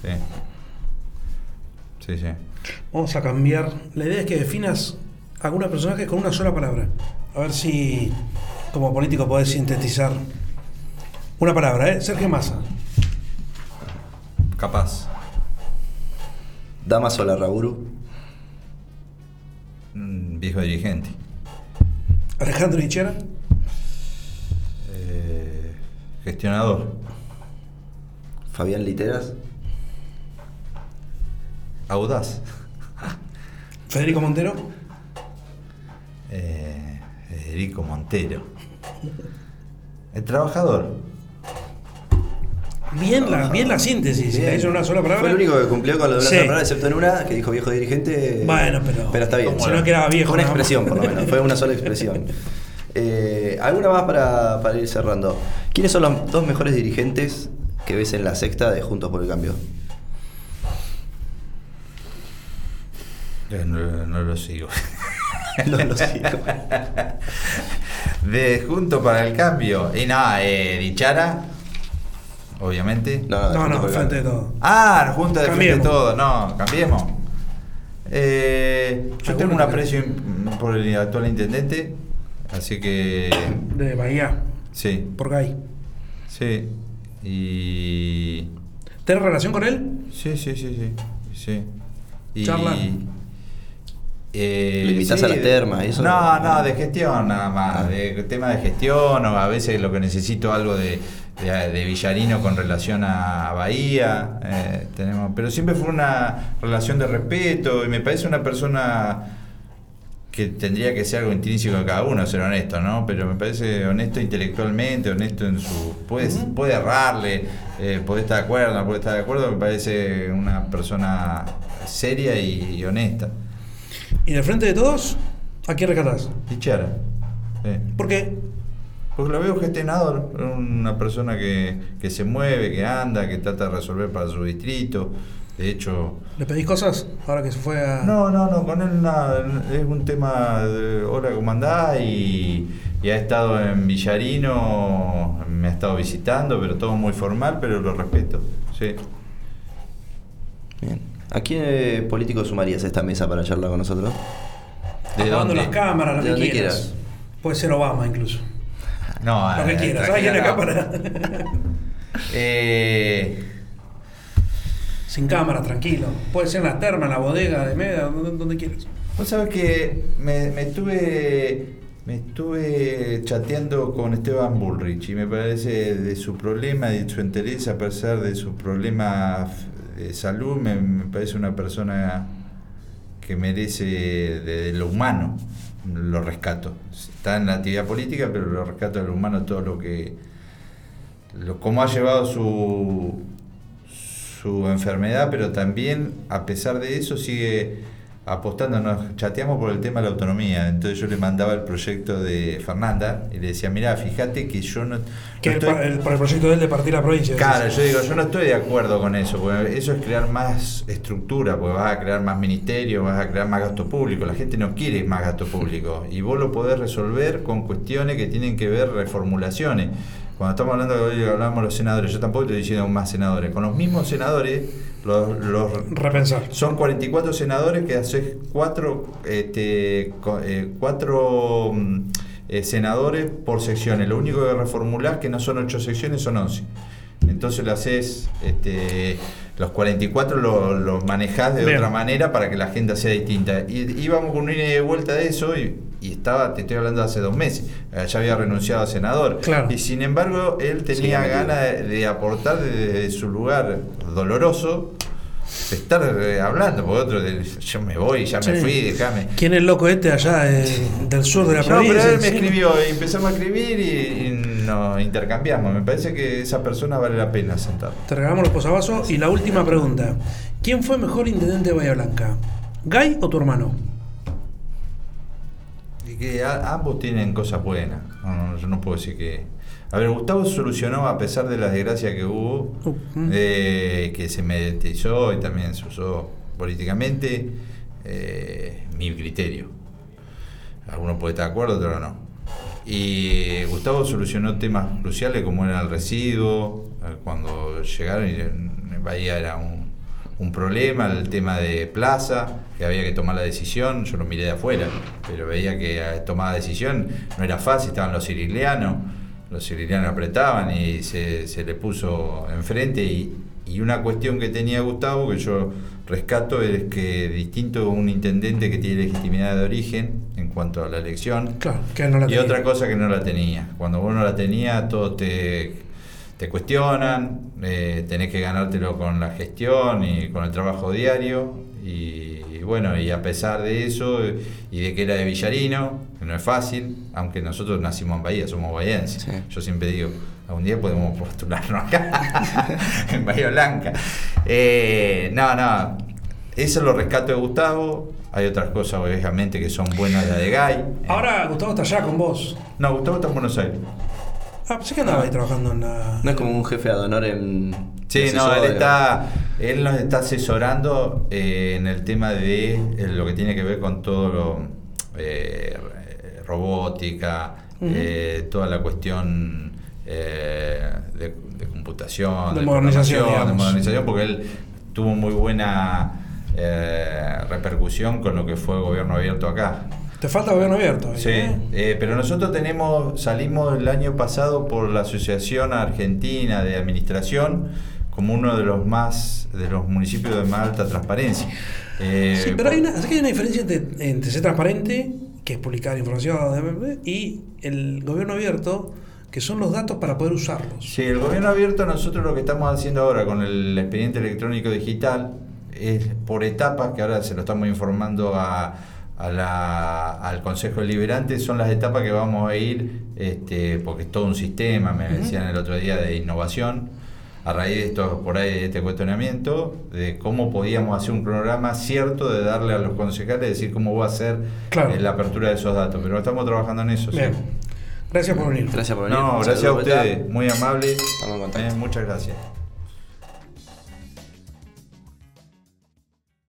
Sí. Vamos a cambiar. La idea es que definas algunos personajes con una sola palabra. A ver si, como político, podés sintetizar una palabra, Sergio Massa. Capaz. Damaso Larraburu. Viejo dirigente. Alejandro Hichera. Gestionador. Fabián Literas. Audaz. Federico Montero. Federico Montero. El trabajador. Bien la síntesis. Bien. Hizo una sola palabra. Fue el único que cumplió con lo de la Sí. palabra, excepto en una, que dijo viejo dirigente. Bueno, pero está bien. si no quedaba viejo. Fue una nada más. expresión, por lo menos. Fue una sola expresión. ¿Alguna más para ir cerrando? ¿Quiénes son los dos mejores dirigentes que ves en la sexta de Juntos por el Cambio? No lo sigo. No lo sigo. De Juntos para el Cambio. Y nada, Dichara, obviamente. No, frente de todo. Junta de frente de todo. No, cambiemos. Yo tengo un aprecio por el actual intendente, así que. De Bahía. Sí. Por Gay. Sí. Y. ¿Tenés relación con él? Sí. Y, ¿Charla? ¿Le invitás a las termas? Eso No, de gestión nada más, de tema de gestión, o a veces lo que necesito algo de Villarino con relación a Bahía, pero siempre fue una relación de respeto, y me parece una persona que tendría que ser algo intrínseco de cada uno, ser honesto, ¿no? Pero me parece honesto intelectualmente, honesto en su... Puede errarle, puede estar de acuerdo, no puede estar de acuerdo, me parece una persona seria y honesta. ¿Y en el frente de todos? ¿A quién rescatás? Pichara. Sí. ¿Por qué? Porque lo veo gestionador, una persona que se mueve, que anda, que trata de resolver para su distrito. De hecho... ¿Le pedís cosas ahora que se fue a...? No, con él nada. Es un tema de hola, ¿cómo andás? Y ha estado en Villarino, me ha estado visitando, pero todo muy formal, pero lo respeto. Sí. Bien. ¿A qué político sumarías a esta mesa para charlar con nosotros? Apagando las cámaras, de lo que donde quieras. Puede ser Obama incluso. No, lo que quieras. ¿Sabes quién es la cámara? Sin cámara, tranquilo. Puede ser en la terma, en la bodega de Meda, donde quieras. Vos sabés que me estuve chateando con Esteban Bullrich y me parece de su problema, de su interés a pesar de sus problemas de salud, me parece una persona que merece de lo humano, lo rescato. Está en la actividad política, pero lo rescato de lo humano, todo cómo ha llevado su enfermedad, pero también a pesar de eso sigue apostando. Nos chateamos por el tema de la autonomía, entonces yo le mandaba el proyecto de Fernanda y le decía, mirá, fíjate que yo no por el proyecto de él de partir la provincia. Claro, yo digo, yo no estoy de acuerdo con eso, porque eso es crear más estructura, porque vas a crear más ministerio, vas a crear más gasto público, la gente no quiere más gasto público, y vos lo podés resolver con cuestiones que tienen que ver reformulaciones. Cuando estamos hablando de hoy, hablamos de los senadores, yo tampoco estoy diciendo más senadores, con los mismos senadores, repensar. Son 44 senadores que haces cuatro senadores por secciones. Lo único que reformulás que no son 8 secciones, son 11. Entonces lo haces, los 44 los manejás de Bien. otra manera para que la agenda sea distinta. Y íbamos con una ida de vuelta de eso y estaba, te estoy hablando de hace 2 meses, ya había renunciado a senador. Claro. Y sin embargo, él tenía ganas de aportar desde su lugar doloroso, de estar hablando, porque otro, yo me voy, ya me fui, déjame. ¿Quién es el loco allá del sur de la provincia? No, pero él me escribió y empezamos a escribir y nos intercambiamos. Me parece que esa persona vale la pena sentar. Te regalamos los posavasos. Y la última pregunta: ¿quién fue mejor intendente de Bahía Blanca? ¿Gay o tu hermano? Y que ambos tienen cosas buenas. No, yo no puedo decir que... A ver, Gustavo solucionó, a pesar de las desgracias que hubo, que se mediatizó y también se usó políticamente, mi criterio. Algunos pueden estar de acuerdo, otros no. Y Gustavo solucionó temas cruciales como era el residuo, cuando llegaron y en Bahía era un problema, el tema de plaza, que había que tomar la decisión. Yo lo miré de afuera, pero veía que tomar la decisión no era fácil, estaban los sicilianos apretaban y se le puso enfrente, y una cuestión que tenía Gustavo, que yo rescato, es que distinto a un intendente que tiene legitimidad de origen en cuanto a la elección, claro, que no la tenía. Otra cosa que no la tenía. Cuando vos no la tenías, todos te cuestionan, tenés que ganártelo con la gestión y con el trabajo diario, y bueno, y a pesar de eso y de que era de Villarino, que no es fácil, aunque nosotros nacimos en Bahía, somos bahienses. Sí. Yo siempre digo, algún día podemos postularnos acá en Bahía Blanca. No, eso lo rescato de Gustavo. Hay otras cosas obviamente que son buenas, la de Gay. Ahora Gustavo está allá con vos. No, Gustavo está en Buenos Aires. Pensé que andaba ahí trabajando en la... No es como un jefe ad honor en... Sí, no, él nos está asesorando en el tema de lo que tiene que ver con todo lo robótica, toda la cuestión de computación, de modernización, porque él tuvo muy buena repercusión con lo que fue gobierno abierto acá. Te falta gobierno abierto. Sí, pero nosotros salimos el año pasado por la Asociación Argentina de Administración como uno de los municipios de más alta transparencia. Sí, pero hay una diferencia entre ser transparente, que es publicar información, y el gobierno abierto, que son los datos para poder usarlos. Sí, el gobierno abierto, nosotros lo que estamos haciendo ahora con el expediente electrónico digital es por etapas, que ahora se lo estamos informando a al Consejo Deliberante, son las etapas que vamos a ir, porque es todo un sistema, me decían el otro día, de innovación, a raíz de esto, por ahí, de este cuestionamiento, de cómo podíamos hacer un programa cierto, de darle a los concejales, decir cómo va a ser la apertura de esos datos, pero estamos trabajando en eso. Bien. Sí. Gracias por venir. Gracias por venir. No, gracias a ustedes, muy amable. Estamos en contacto. Muchas gracias.